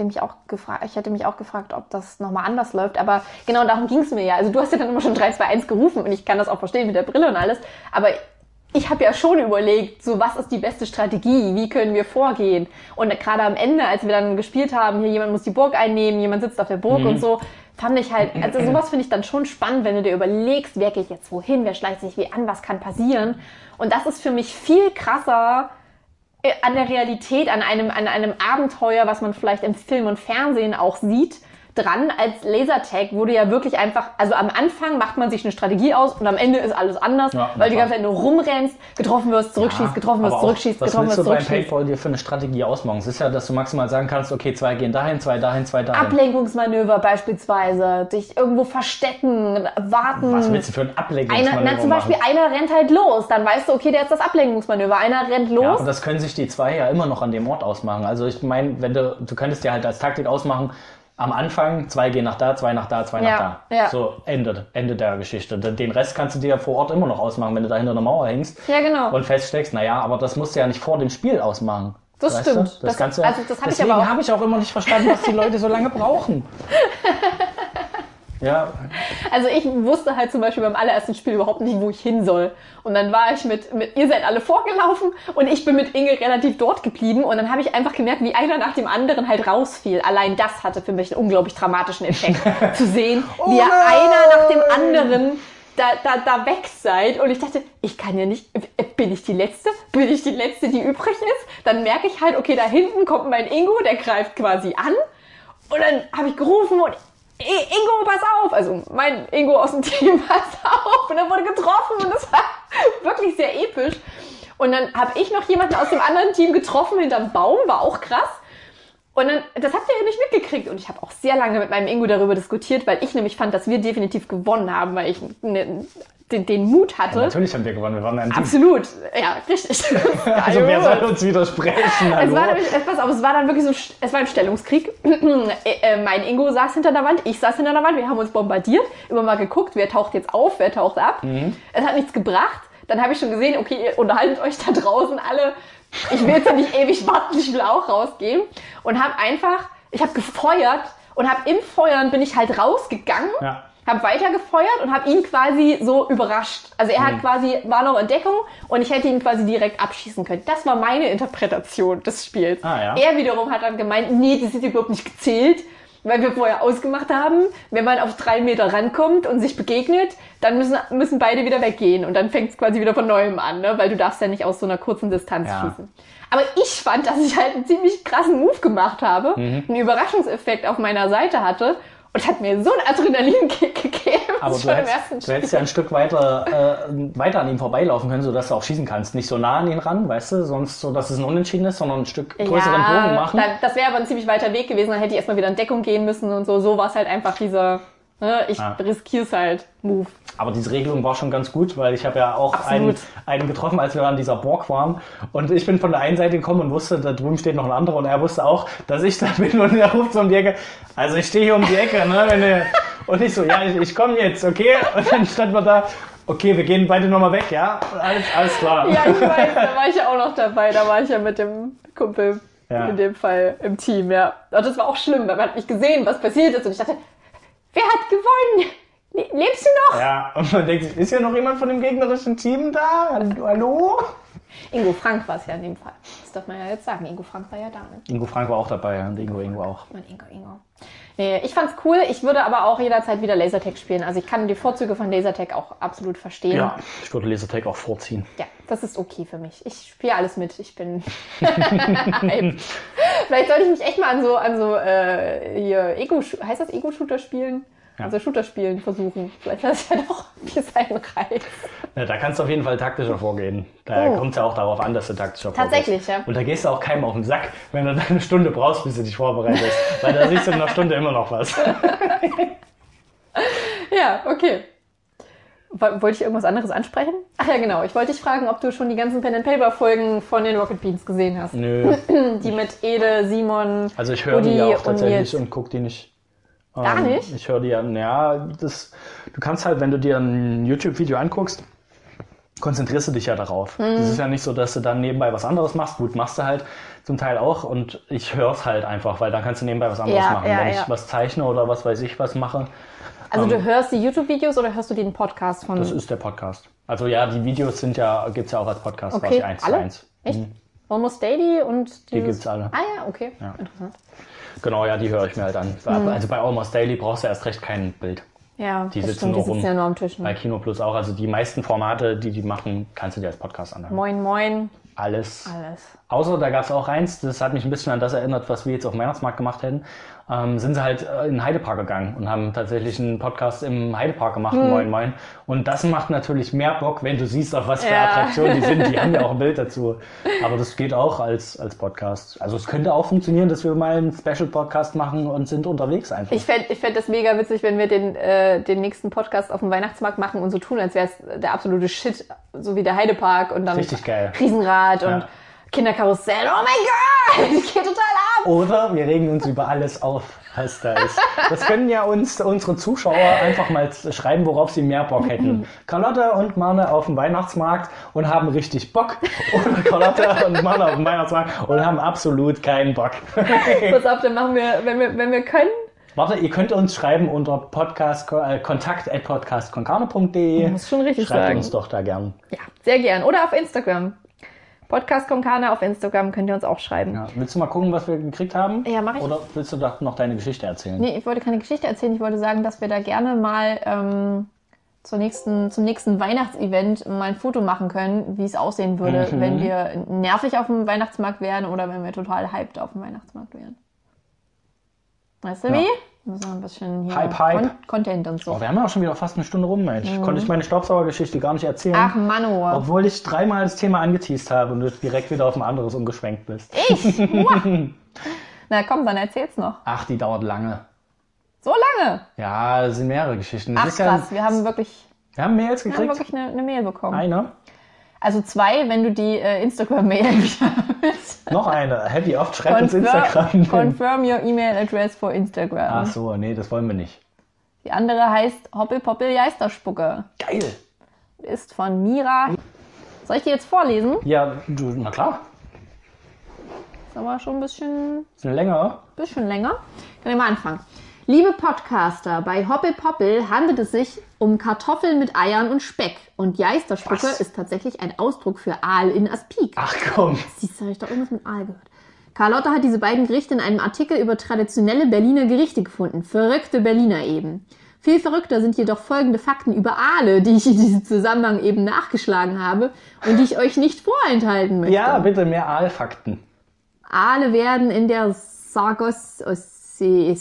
Ich hätte mich auch gefragt, ob das nochmal anders läuft. Aber genau darum ging es mir ja. Also du hast ja dann immer schon 3-2-1 gerufen und ich kann das auch verstehen mit der Brille und alles. Aber ich habe ja schon überlegt, so was ist die beste Strategie, wie können wir vorgehen? Und gerade am Ende, als wir dann gespielt haben, hier jemand muss die Burg einnehmen, jemand sitzt auf der Burg und so, fand ich halt, also sowas finde ich dann schon spannend, wenn du dir überlegst, wer geht jetzt wohin, wer schleicht sich wie an, was kann passieren. Und das ist für mich viel krasser an der Realität, an einem Abenteuer, was man vielleicht im Film und Fernsehen auch sieht, dran als Lasertag, wo du ja wirklich einfach, also am Anfang macht man sich eine Strategie aus und am Ende ist alles anders, weil du die ganze Zeit nur rumrennst, getroffen wirst, zurückschießt, getroffen wirst, zurückschießt, getroffen wirst, zurückschießt. Was willst du beim Paintball dir für eine Strategie ausmachen? Es ist ja, dass du maximal sagen kannst, okay, 2 gehen dahin, 2 dahin, 2 dahin. Ablenkungsmanöver beispielsweise, dich irgendwo verstecken, warten. Was willst du für ein Ablenkungsmanöver zum Beispiel einer rennt halt los, dann weißt du, okay, der ist das Ablenkungsmanöver, einer rennt los. Ja, aber das können sich die 2 ja immer noch an dem Ort ausmachen. Also ich meine, wenn du könntest dir halt als Taktik ausmachen, am Anfang 2 gehen nach da, 2 nach da, 2 nach da. Ja. So, Ende der Geschichte. Den Rest kannst du dir vor Ort immer noch ausmachen, wenn du da hinter einer Mauer hängst und feststeckst. Naja, aber das musst du ja nicht vor dem Spiel ausmachen. Das weißt stimmt. Deswegen habe ich auch immer nicht verstanden, was die Leute so lange brauchen. Ja. Also ich wusste halt zum Beispiel beim allerersten Spiel überhaupt nicht, wo ich hin soll. Und dann war ich mit ihr seid alle vorgelaufen und ich bin mit Inge relativ dort geblieben. Und dann habe ich einfach gemerkt, wie einer nach dem anderen halt rausfiel. Allein das hatte für mich einen unglaublich dramatischen Effekt. Zu sehen, wie einer nach dem anderen da weg seid. Und ich dachte, ich kann ja nicht, bin ich die Letzte? Bin ich die Letzte, die übrig ist? Dann merke ich halt, okay, da hinten kommt mein Ingo, der greift quasi an. Und dann habe ich gerufen und Ingo, pass auf! Also mein Ingo aus dem Team, pass auf! Und er wurde getroffen und das war wirklich sehr episch. Und dann habe ich noch jemanden aus dem anderen Team getroffen hinterm Baum, war auch krass. Und dann, das habt ihr ja nicht mitgekriegt. Und ich habe auch sehr lange mit meinem Ingo darüber diskutiert, weil ich nämlich fand, dass wir definitiv gewonnen haben, weil ich den Mut hatte. Ja, natürlich haben wir gewonnen, wir waren ein Team. Absolut, ja, richtig. Also wer soll uns widersprechen? Es war nämlich, pass auf, es war dann wirklich so, es war ein Stellungskrieg. Mein Ingo saß hinter der Wand, ich saß hinter der Wand, wir haben uns bombardiert, immer mal geguckt, wer taucht jetzt auf, wer taucht ab. Es hat nichts gebracht. Dann habe ich schon gesehen, okay, ihr unterhaltet euch da draußen alle. Ich will jetzt ja nicht ewig warten, ich will auch rausgehen. Und ich habe gefeuert und im Feuern bin ich halt rausgegangen. Ja. Habe weiter gefeuert und habe ihn quasi so überrascht. Also er war noch in Deckung und ich hätte ihn quasi direkt abschießen können. Das war meine Interpretation des Spiels. Ja. Er wiederum hat dann gemeint, nee, das ist überhaupt nicht gezählt, weil wir vorher ausgemacht haben, wenn man auf 3 Meter rankommt und sich begegnet, dann müssen beide wieder weggehen und dann fängt es quasi wieder von Neuem an, ne? Weil du darfst ja nicht aus so einer kurzen Distanz schießen. Aber ich fand, dass ich halt einen ziemlich krassen Move gemacht habe, einen Überraschungseffekt auf meiner Seite hatte. Und hat mir so einen Adrenalinkick gegeben. Aber du hättest ja ein Stück weiter an ihm vorbeilaufen können, sodass du auch schießen kannst. Nicht so nah an ihn ran, weißt du, sonst so, dass es ein Unentschieden ist, sondern ein Stück größeren Bogen machen. Das wäre aber ein ziemlich weiter Weg gewesen, dann hätte ich erstmal wieder in Deckung gehen müssen und so. So war es halt einfach dieser, ich riskier's halt, Move. Aber diese Regelung war schon ganz gut, weil ich habe ja auch einen getroffen, als wir an dieser Burg waren. Und ich bin von der einen Seite gekommen und wusste, da drüben steht noch ein anderer. Und er wusste auch, dass ich da bin. Und er ruft so um die Ecke. Also ich stehe hier um die Ecke. Ne? Und ich so, ja, ich komme jetzt, okay? Und dann standen wir da. Okay, wir gehen beide nochmal weg, ja? Alles klar. Ja, ich weiß, da war ich ja auch noch dabei. Da war ich ja mit dem Kumpel in dem Fall im Team, ja. Und das war auch schlimm, weil man hat nicht gesehen, was passiert ist. Und ich dachte, wer hat gewonnen? Lebst du noch? Ja, und man denkt sich, ist ja noch jemand von dem gegnerischen Team da? Hallo? Ingo Frank war es ja in dem Fall. Das darf man ja jetzt sagen. Ingo Frank war ja da. Ne? Ingo Frank war auch dabei und Ingo auch. Mein Ingo. Nee, ich fand's cool. Ich würde aber auch jederzeit wieder Lasertag spielen. Also ich kann die Vorzüge von Lasertag auch absolut verstehen. Ja, ich würde Lasertag auch vorziehen. Ja, das ist okay für mich. Ich spiele alles mit. Ich bin Vielleicht sollte ich mich echt mal an so heißt das Ego-Shooter spielen? Ja. Also Shooter-Spielen versuchen. Vielleicht hat es ja doch seinen Reiz. Ja, da kannst du auf jeden Fall taktischer vorgehen. Da kommt es ja auch darauf an, dass du taktischer vorgehst. Tatsächlich, ja. Und da gehst du auch keinem auf den Sack, wenn du dann eine Stunde brauchst, bis du dich vorbereitest. Weil da siehst du in einer Stunde immer noch was. Ja, okay. Wollte ich irgendwas anderes ansprechen? Ach ja, genau. Ich wollte dich fragen, ob du schon die ganzen Pen-and-Paper-Folgen von den Rocket Beans gesehen hast. Nö. Die mit Ede, Simon, also ich höre die ja auch tatsächlich und gucke die nicht. Gar nicht? Ich höre dir, du kannst halt, wenn du dir ein YouTube-Video anguckst, konzentrierst du dich ja darauf. Das ist ja nicht so, dass du dann nebenbei was anderes machst. Gut, machst du halt zum Teil auch und ich höre es halt einfach, weil dann kannst du nebenbei was anderes machen. Wenn ich was zeichne oder was weiß ich was mache, Also du hörst die YouTube-Videos oder hörst du den Podcast von... Das ist der Podcast. Also ja, die Videos gibt's ja auch als Podcast, okay. quasi 1 alle? zu 1. Echt? Almost Daily und Die gibt's alle. Ah ja, okay. Ja. Interessant. Genau, ja, die höre ich mir halt an. Also bei Almost Daily brauchst du erst recht kein Bild. Ja, Die das sitzen stimmt, nur die rum. sitzen ja nur am Tisch. Ne? Bei Kino Plus auch. Also die meisten Formate, die machen, kannst du dir als Podcast anhören. Moin, moin. Alles. Alles. Außer da gab es auch eins, das hat mich ein bisschen an das erinnert, was wir jetzt auf dem Weihnachtsmarkt gemacht hätten. Sind sie halt in den Heidepark gegangen und haben tatsächlich einen Podcast im Heidepark gemacht, Moin Moin. Und das macht natürlich mehr Bock, wenn du siehst, auf was für Attraktionen die sind. Die haben ja auch ein Bild dazu. Aber das geht auch als Podcast. Also es könnte auch funktionieren, dass wir mal einen Special-Podcast machen und sind unterwegs einfach. Ich fänd das mega witzig, wenn wir den nächsten Podcast auf dem Weihnachtsmarkt machen und so tun, als wäre es der absolute Shit, so wie der Heidepark und dann Richtig geil. Riesenrad und Kinderkarussell. Oh mein Gott, das geht total ab. Oder wir regen uns über alles auf, was da ist. Das können ja unsere Zuschauer einfach mal schreiben, worauf sie mehr Bock hätten. Carlotta und Marne auf dem Weihnachtsmarkt und haben richtig Bock. Oder Carlotta und Marne auf dem Weihnachtsmarkt und haben absolut keinen Bock. Pass auf, dann machen wir, wenn wir können. Warte, ihr könnt uns schreiben unter kontakt@podcastkonkane.de. Muss schon richtig Schreibt sagen. uns doch da gern. Ja, sehr gern. Oder auf Instagram. Podcast Konkane auf Instagram könnt ihr uns auch schreiben. Ja. Willst du mal gucken, was wir gekriegt haben? Ja, mach ich. Oder willst du da noch deine Geschichte erzählen? Nee, ich wollte keine Geschichte erzählen. Ich wollte sagen, dass wir da gerne mal zum nächsten Weihnachtsevent mal ein Foto machen können, wie es aussehen würde, wenn wir nervig auf dem Weihnachtsmarkt wären oder wenn wir total hyped auf dem Weihnachtsmarkt wären. Weißt du wie? Müssen wir ein bisschen hier Hype. Content und so. Oh, wir haben ja auch schon wieder fast eine Stunde rum, Mensch. Konnte ich meine Staubsaugergeschichte gar nicht erzählen. Ach, Mano. Obwohl ich 3-mal das Thema angeteast habe und du direkt wieder auf ein anderes umgeschwenkt bist. Ich? Na komm, dann erzähl's noch. Ach, die dauert lange. So lange? Ja, es sind mehrere Geschichten. Ach krass, wir haben wirklich Mails gekriegt. eine Mail bekommen. Eine? Also 2, wenn du die Instagram-Mail wieder willst. Noch eine. Happy oft schreibt uns Instagram. Confirm your email address for Instagram. Ach so, nee, das wollen wir nicht. Die andere heißt Hoppelpoppel-Geisterspucke. Geil. Ist von Mira. Soll ich die jetzt vorlesen? Ja, na klar. Ist aber schon ein bisschen Länger. länger. Können wir mal anfangen. Liebe Podcaster, bei Hoppelpoppel handelt es sich um Kartoffeln mit Eiern und Speck. Und Geisterspucke ist tatsächlich ein Ausdruck für Aal in Aspik. Ach komm. Siehst du, habe ich doch irgendwas mit Aal gehört. Carlotta hat diese beiden Gerichte in einem Artikel über traditionelle Berliner Gerichte gefunden. Verrückte Berliner eben. Viel verrückter sind jedoch folgende Fakten über Aale, die ich in diesem Zusammenhang eben nachgeschlagen habe und die ich euch nicht vorenthalten möchte. Ja, bitte mehr Aalfakten. Aale werden in der Sargassosee.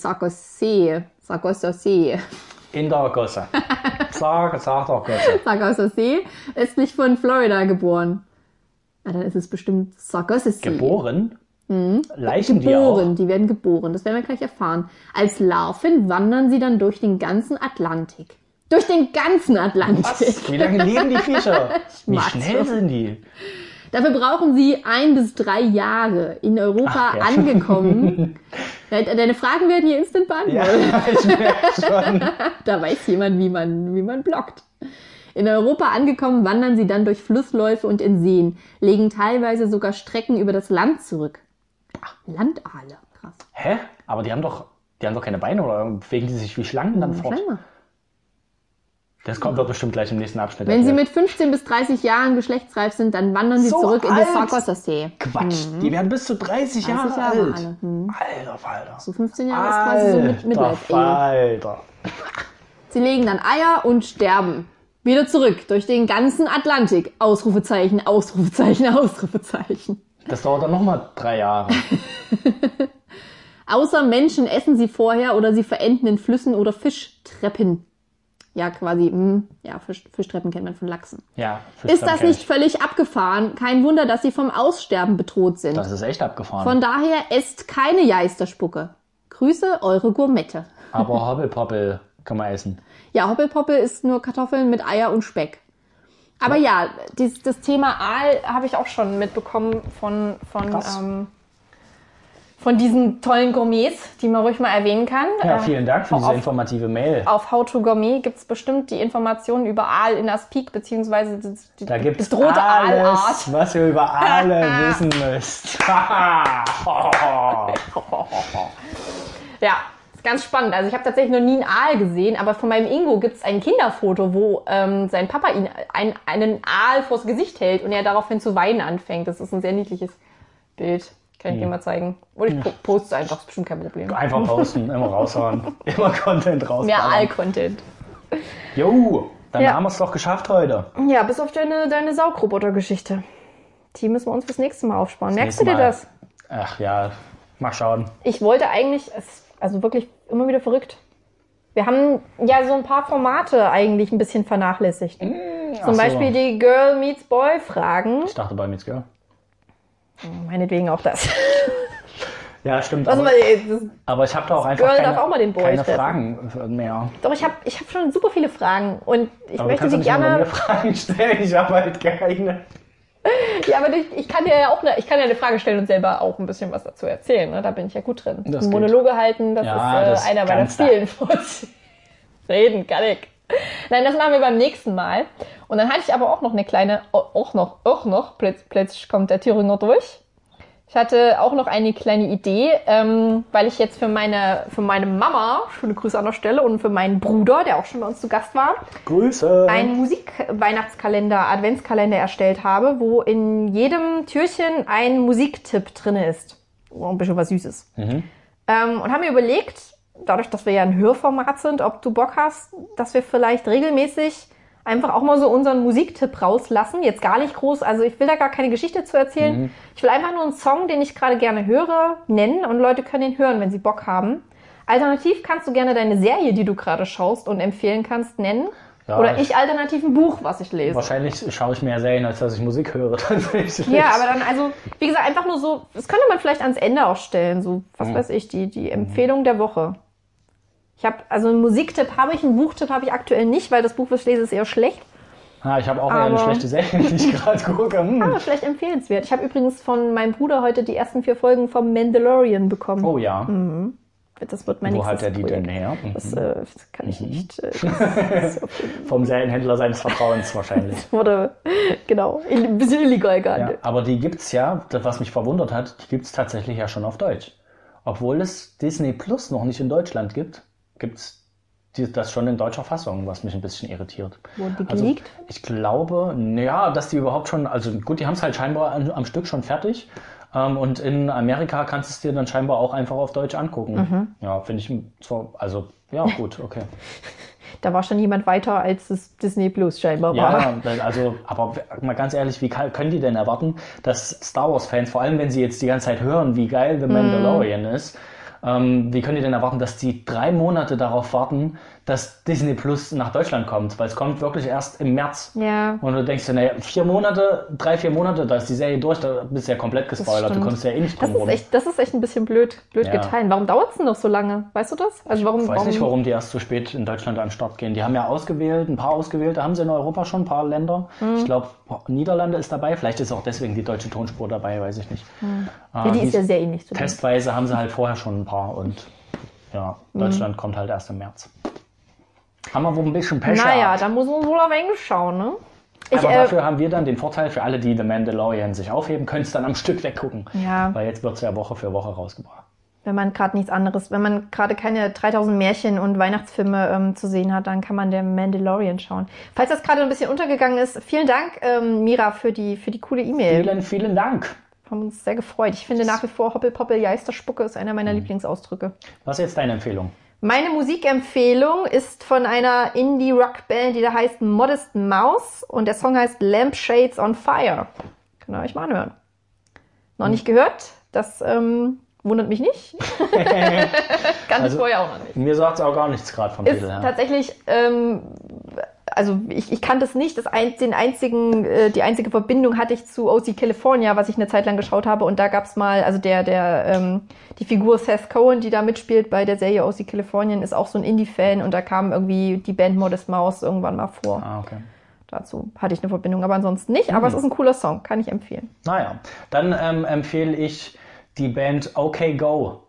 In der Gosse. Sag doch Gosse. Sargassosee, östlich von Florida geboren. Ja, dann ist es bestimmt Sargassosee. Geboren? Leichen die auch? Geboren, die werden geboren. Das werden wir gleich erfahren. Als Larven wandern sie dann durch den ganzen Atlantik. Durch den ganzen Atlantik. Was? Wie lange leben die Viecher? Wie schnell sind die? Dafür brauchen sie 1 bis 3 Jahre. In Europa angekommen. Deine Fragen werden hier instant beantwortet. Ja, ich merke schon. Da weiß jemand, wie man bloggt. In Europa angekommen, wandern sie dann durch Flussläufe und in Seen, legen teilweise sogar Strecken über das Land zurück. Ach, Landaale, krass. Hä? Aber die haben doch keine Beine oder bewegen die sich wie Schlangen dann fort? Schlange. Das wird bestimmt gleich im nächsten Abschnitt. Wenn sie mit 15 bis 30 Jahren geschlechtsreif sind, dann wandern sie So zurück in alt? die Sargassosee. Quatsch, die werden bis zu 30 Jahre 30 Jahre alt. alle. Alter Falter. So 15 Jahre ist quasi so Midlife. Falter. Sie legen dann Eier und sterben. Wieder zurück durch den ganzen Atlantik. Ausrufezeichen, Ausrufezeichen, Ausrufezeichen. Das dauert dann nochmal 3 Jahre. Außer Menschen essen sie vorher oder sie verenden in Flüssen oder Fischtreppen. Ja, quasi, Fischtreppen kennt man von Lachsen. Ja, Ist das nicht völlig abgefahren? Kein Wunder, dass sie vom Aussterben bedroht sind. Das ist echt abgefahren. Von daher esst keine Geisterspucke. Grüße, eure Gourmette. Aber Hoppelpoppel kann man essen. Ja, Hoppelpoppel ist nur Kartoffeln mit Eier und Speck. Aber ja, das Thema Aal habe ich auch schon mitbekommen von diesen tollen Gourmets, die man ruhig mal erwähnen kann. Ja, vielen Dank für diese informative Mail. Auf How to Gourmet gibt es bestimmt die Informationen über Aal in Aspik, beziehungsweise die Da gibt es bedrohte Aalart. alles, was ihr über Aale wissen müsst. Ja, Ganz spannend. Also ich habe tatsächlich noch nie einen Aal gesehen, aber von meinem Ingo gibt es ein Kinderfoto, wo sein Papa ihn einen Aal vors Gesicht hält und er daraufhin zu weinen anfängt. Das ist ein sehr niedliches Bild. Kann ich dir mal zeigen. Oder ich poste einfach, ist bestimmt kein Problem. Einfach posten, immer raushauen. Immer Content raus. Mehr Aal-Content. Jo, dann haben wir es doch geschafft heute. Ja, bis auf deine Saugroboter-Geschichte. Die müssen wir uns fürs nächste Mal aufsparen. Merkst du dir das? Ach ja, mal schauen. Ich wollte eigentlich, also wirklich immer wieder verrückt. Wir haben ja so ein paar Formate eigentlich ein bisschen vernachlässigt. Zum Beispiel die Girl Meets Boy Fragen. Ich dachte Boy Meets Girl. Meinetwegen auch das. Ja, stimmt. Aber ich habe da auch einfach keine Fragen mehr. Doch, ich hab schon super viele Fragen. Und ich möchte sie gerne... Aber du kannst mir Fragen stellen, ich habe halt keine. Ja, aber ich kann dir ja auch eine Frage stellen und selber auch ein bisschen was dazu erzählen. Ne? Da bin ich ja gut drin. Monologe halten, das ist einer meiner vielen Reden kann ich. Nein, das machen wir beim nächsten Mal. Und dann hatte ich aber auch noch eine kleine, plötzlich kommt der Thüringer durch. Ich hatte auch noch eine kleine Idee, weil ich jetzt für meine Mama, schöne Grüße an der Stelle, und für meinen Bruder, der auch schon bei uns zu Gast war, Grüße, einen Musik-Weihnachtskalender, Adventskalender erstellt habe, wo in jedem Türchen ein Musiktipp drin ist. Ein bisschen was Süßes. Und haben mir überlegt, dadurch, dass wir ja ein Hörformat sind, ob du Bock hast, dass wir vielleicht regelmäßig einfach auch mal so unseren Musiktipp rauslassen. Jetzt gar nicht groß, also ich will da gar keine Geschichte zu erzählen. Ich will einfach nur einen Song, den ich gerade gerne höre, nennen und Leute können ihn hören, wenn sie Bock haben. Alternativ kannst du gerne deine Serie, die du gerade schaust und empfehlen kannst, nennen. Ja, oder ich alternativ ein Buch, was ich lese. Wahrscheinlich schaue ich mehr Serien, als dass ich Musik höre. Ja, aber dann also, wie gesagt, einfach nur so, das könnte man vielleicht ans Ende auch stellen, so, was weiß ich, die Empfehlung der Woche. Ich habe, also einen Musiktipp habe ich, einen Buchtipp habe ich aktuell nicht, weil das Buch, was ich lese, ist eher schlecht. Ich habe auch eher eine schlechte Serie, die ich gerade gucke. Aber vielleicht empfehlenswert. Ich habe übrigens von meinem Bruder heute die ersten 4 Folgen vom Mandalorian bekommen. Oh ja. Das wird mein nächstes Projekt. Wo hat er die denn her? Das kann ich nicht. Vom Serienhändler seines Vertrauens wahrscheinlich. Das wurde, genau, ein bisschen illegal gehandelt. Ja, aber die gibt's ja, was mich verwundert hat, die gibt's tatsächlich ja schon auf Deutsch. Obwohl es Disney Plus noch nicht in Deutschland gibt, gibt's das schon in deutscher Fassung, was mich ein bisschen irritiert. Wurden die geleakt? Also, ich glaube, ja, dass die überhaupt schon, also gut, die haben es halt scheinbar am Stück schon fertig. Und in Amerika kannst du es dir dann scheinbar auch einfach auf Deutsch angucken. Ja, finde ich zwar, also, ja, gut, okay. Da war schon jemand weiter, als das Disney Plus scheinbar war. Ja, also, aber mal ganz ehrlich, wie können die denn erwarten, dass Star Wars-Fans, vor allem wenn sie jetzt die ganze Zeit hören, wie geil The Mandalorian ist, wie können die denn erwarten, dass die 3 Monate darauf warten, dass Disney Plus nach Deutschland kommt? Weil es kommt wirklich erst im März. Ja. Und du denkst dir, naja, 4 Monate, da ist die Serie durch, da bist du ja komplett gespoilert. Du kommst ja eh nicht drum rum. Das ist echt ein bisschen blöd geteilt. Warum dauert es denn noch so lange? Weißt du das? Also ich weiß nicht, warum die erst so spät in Deutschland an den Start gehen. Die haben ja ein paar ausgewählte, haben sie in Europa schon, ein paar Länder. Ich glaube, Niederlande ist dabei. Vielleicht ist auch deswegen die deutsche Tonspur dabei, weiß ich nicht. Ja, die ist ja sehr ähnlich zu dem. Testweise haben sie halt vorher schon ein paar und ja, Deutschland kommt halt erst im März. Haben wir wohl ein bisschen Pech gehabt. Naja, da muss man wohl auf Englisch schauen, ne? Aber dafür haben wir dann den Vorteil, für alle, die The Mandalorian sich aufheben, können es dann am Stück weggucken. Ja. Weil jetzt wird es ja Woche für Woche rausgebracht. Wenn man gerade nichts anderes, wenn man gerade keine 3000 Märchen und Weihnachtsfilme zu sehen hat, dann kann man den Mandalorian schauen. Falls das gerade ein bisschen untergegangen ist, vielen Dank, Mira, für die coole E-Mail. Vielen, vielen Dank. Wir haben uns sehr gefreut. Ich finde nach wie vor Hoppelpoppel Geisterspucke ist einer meiner Lieblingsausdrücke. Was ist jetzt deine Empfehlung? Meine Musikempfehlung ist von einer Indie-Rock-Band, die da heißt Modest Mouse und der Song heißt Lampshades on Fire. Könnt ihr euch mal anhören. Noch nicht gehört? Das wundert mich nicht. Kannte ich vorher auch noch nicht. Mir sagt es auch gar nichts gerade vom Titel her. Tatsächlich, also ich kannte es nicht. Die einzige Verbindung hatte ich zu OC California, was ich eine Zeit lang geschaut habe. Und da gab's mal, also die Figur Seth Cohen, die da mitspielt bei der Serie OC California, ist auch so ein Indie-Fan. Und da kam irgendwie die Band Modest Mouse irgendwann mal vor. Okay. Dazu hatte ich eine Verbindung, aber ansonsten nicht. Aber es ist ein cooler Song, kann ich empfehlen. Naja, dann empfehle ich die Band OK Go.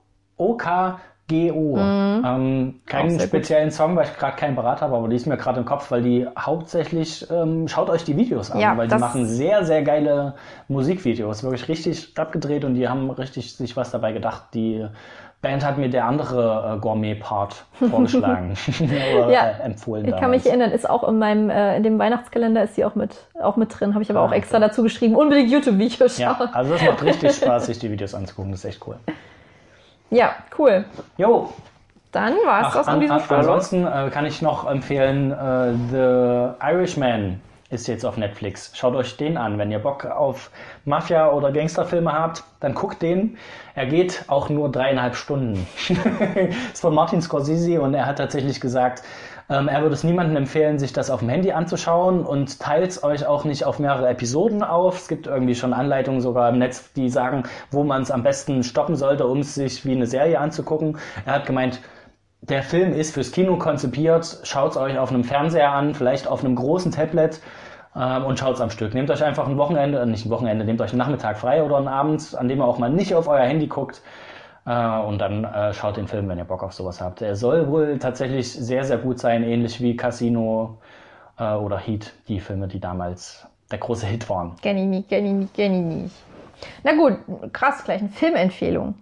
OKGO. Keinen speziellen Song, weil ich gerade keinen Parat habe, aber die ist mir gerade im Kopf, weil die hauptsächlich, schaut euch die Videos an, weil die machen sehr, sehr geile Musikvideos, wirklich richtig abgedreht und die haben richtig sich was dabei gedacht, die Band hat mir der andere Gourmet-Part vorgeschlagen oder empfohlen. Ich kann mich erinnern, ist auch in meinem in dem Weihnachtskalender ist sie auch mit drin. Habe ich aber auch extra dazu geschrieben, unbedingt YouTube-Videos schauen. Ja, also das macht richtig Spaß, sich die Videos anzugucken. Das ist echt cool. Ja, cool. Jo. Dann war es das an diesem Stelle. Ansonsten kann ich noch empfehlen, The Irishman ist jetzt auf Netflix. Schaut euch den an. Wenn ihr Bock auf Mafia- oder Gangsterfilme habt, dann guckt den. Er geht auch nur 3,5 Stunden. Ist von Martin Scorsese und er hat tatsächlich gesagt, er würde es niemandem empfehlen, sich das auf dem Handy anzuschauen und teilt euch auch nicht auf mehrere Episoden auf. Es gibt irgendwie schon Anleitungen sogar im Netz, die sagen, wo man es am besten stoppen sollte, um es sich wie eine Serie anzugucken. Er hat gemeint, der Film ist fürs Kino konzipiert. Schaut es euch auf einem Fernseher an, vielleicht auf einem großen Tablet und schaut es am Stück. Nehmt euch einfach ein Wochenende, nicht ein Wochenende, nehmt euch einen Nachmittag frei oder einen Abend, an dem ihr auch mal nicht auf euer Handy guckt und dann schaut den Film, wenn ihr Bock auf sowas habt. Er soll wohl tatsächlich sehr, sehr gut sein, ähnlich wie Casino oder Heat, die Filme, die damals der große Hit waren. Kenn ich nicht. Na gut, krass, gleich eine Filmempfehlung.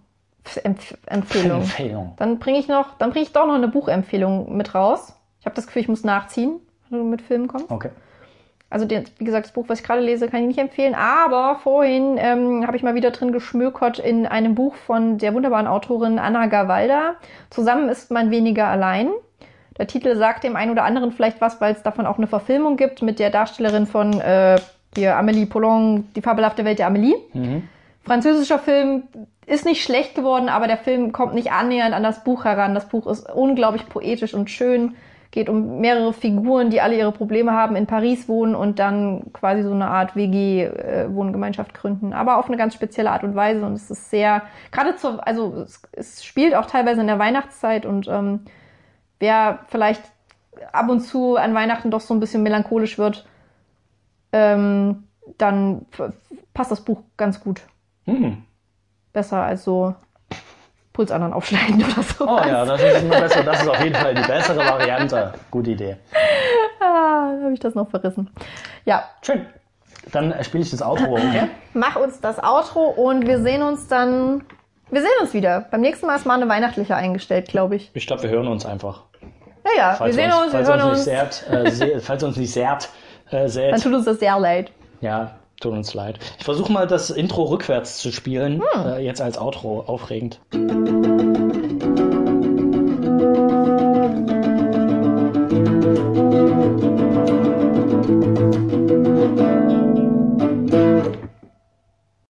Empfehlung. Dann bringe ich doch noch eine Buchempfehlung mit raus. Ich habe das Gefühl, ich muss nachziehen, wenn du mit Filmen kommst. Okay. Also wie gesagt, das Buch, was ich gerade lese, kann ich nicht empfehlen. Aber vorhin habe ich mal wieder drin geschmökert in einem Buch von der wunderbaren Autorin Anna Gawalda. Zusammen ist man weniger allein. Der Titel sagt dem einen oder anderen vielleicht was, weil es davon auch eine Verfilmung gibt mit der Darstellerin von Amélie Poulain, Die fabelhafte Welt der Amélie. Mhm. Französischer Film, ist nicht schlecht geworden, aber der Film kommt nicht annähernd an das Buch heran. Das Buch ist unglaublich poetisch und schön. Geht um mehrere Figuren, die alle ihre Probleme haben, in Paris wohnen und dann quasi so eine Art WG-Wohngemeinschaft gründen. Aber auf eine ganz spezielle Art und Weise. Und es ist sehr, es spielt auch teilweise in der Weihnachtszeit und wer vielleicht ab und zu an Weihnachten doch so ein bisschen melancholisch wird, dann passt das Buch ganz gut. Besser als so Pulsadern aufschneiden oder so. Oh ja, das ist immer besser. Das ist auf jeden Fall die bessere Variante. Gute Idee. Habe ich das noch verrissen. Ja. Schön. Dann spiele ich das Outro, okay? Mach uns das Outro und wir sehen uns wieder. Beim nächsten Mal ist mal eine weihnachtliche eingestellt, glaube ich. Ich glaube, wir hören uns einfach. Naja, wir sehen uns, wir hören uns. Falls uns nicht sehrt, dann tut uns das sehr leid. Ja, tut uns leid. Ich versuche mal das Intro rückwärts zu spielen, jetzt als Outro aufregend.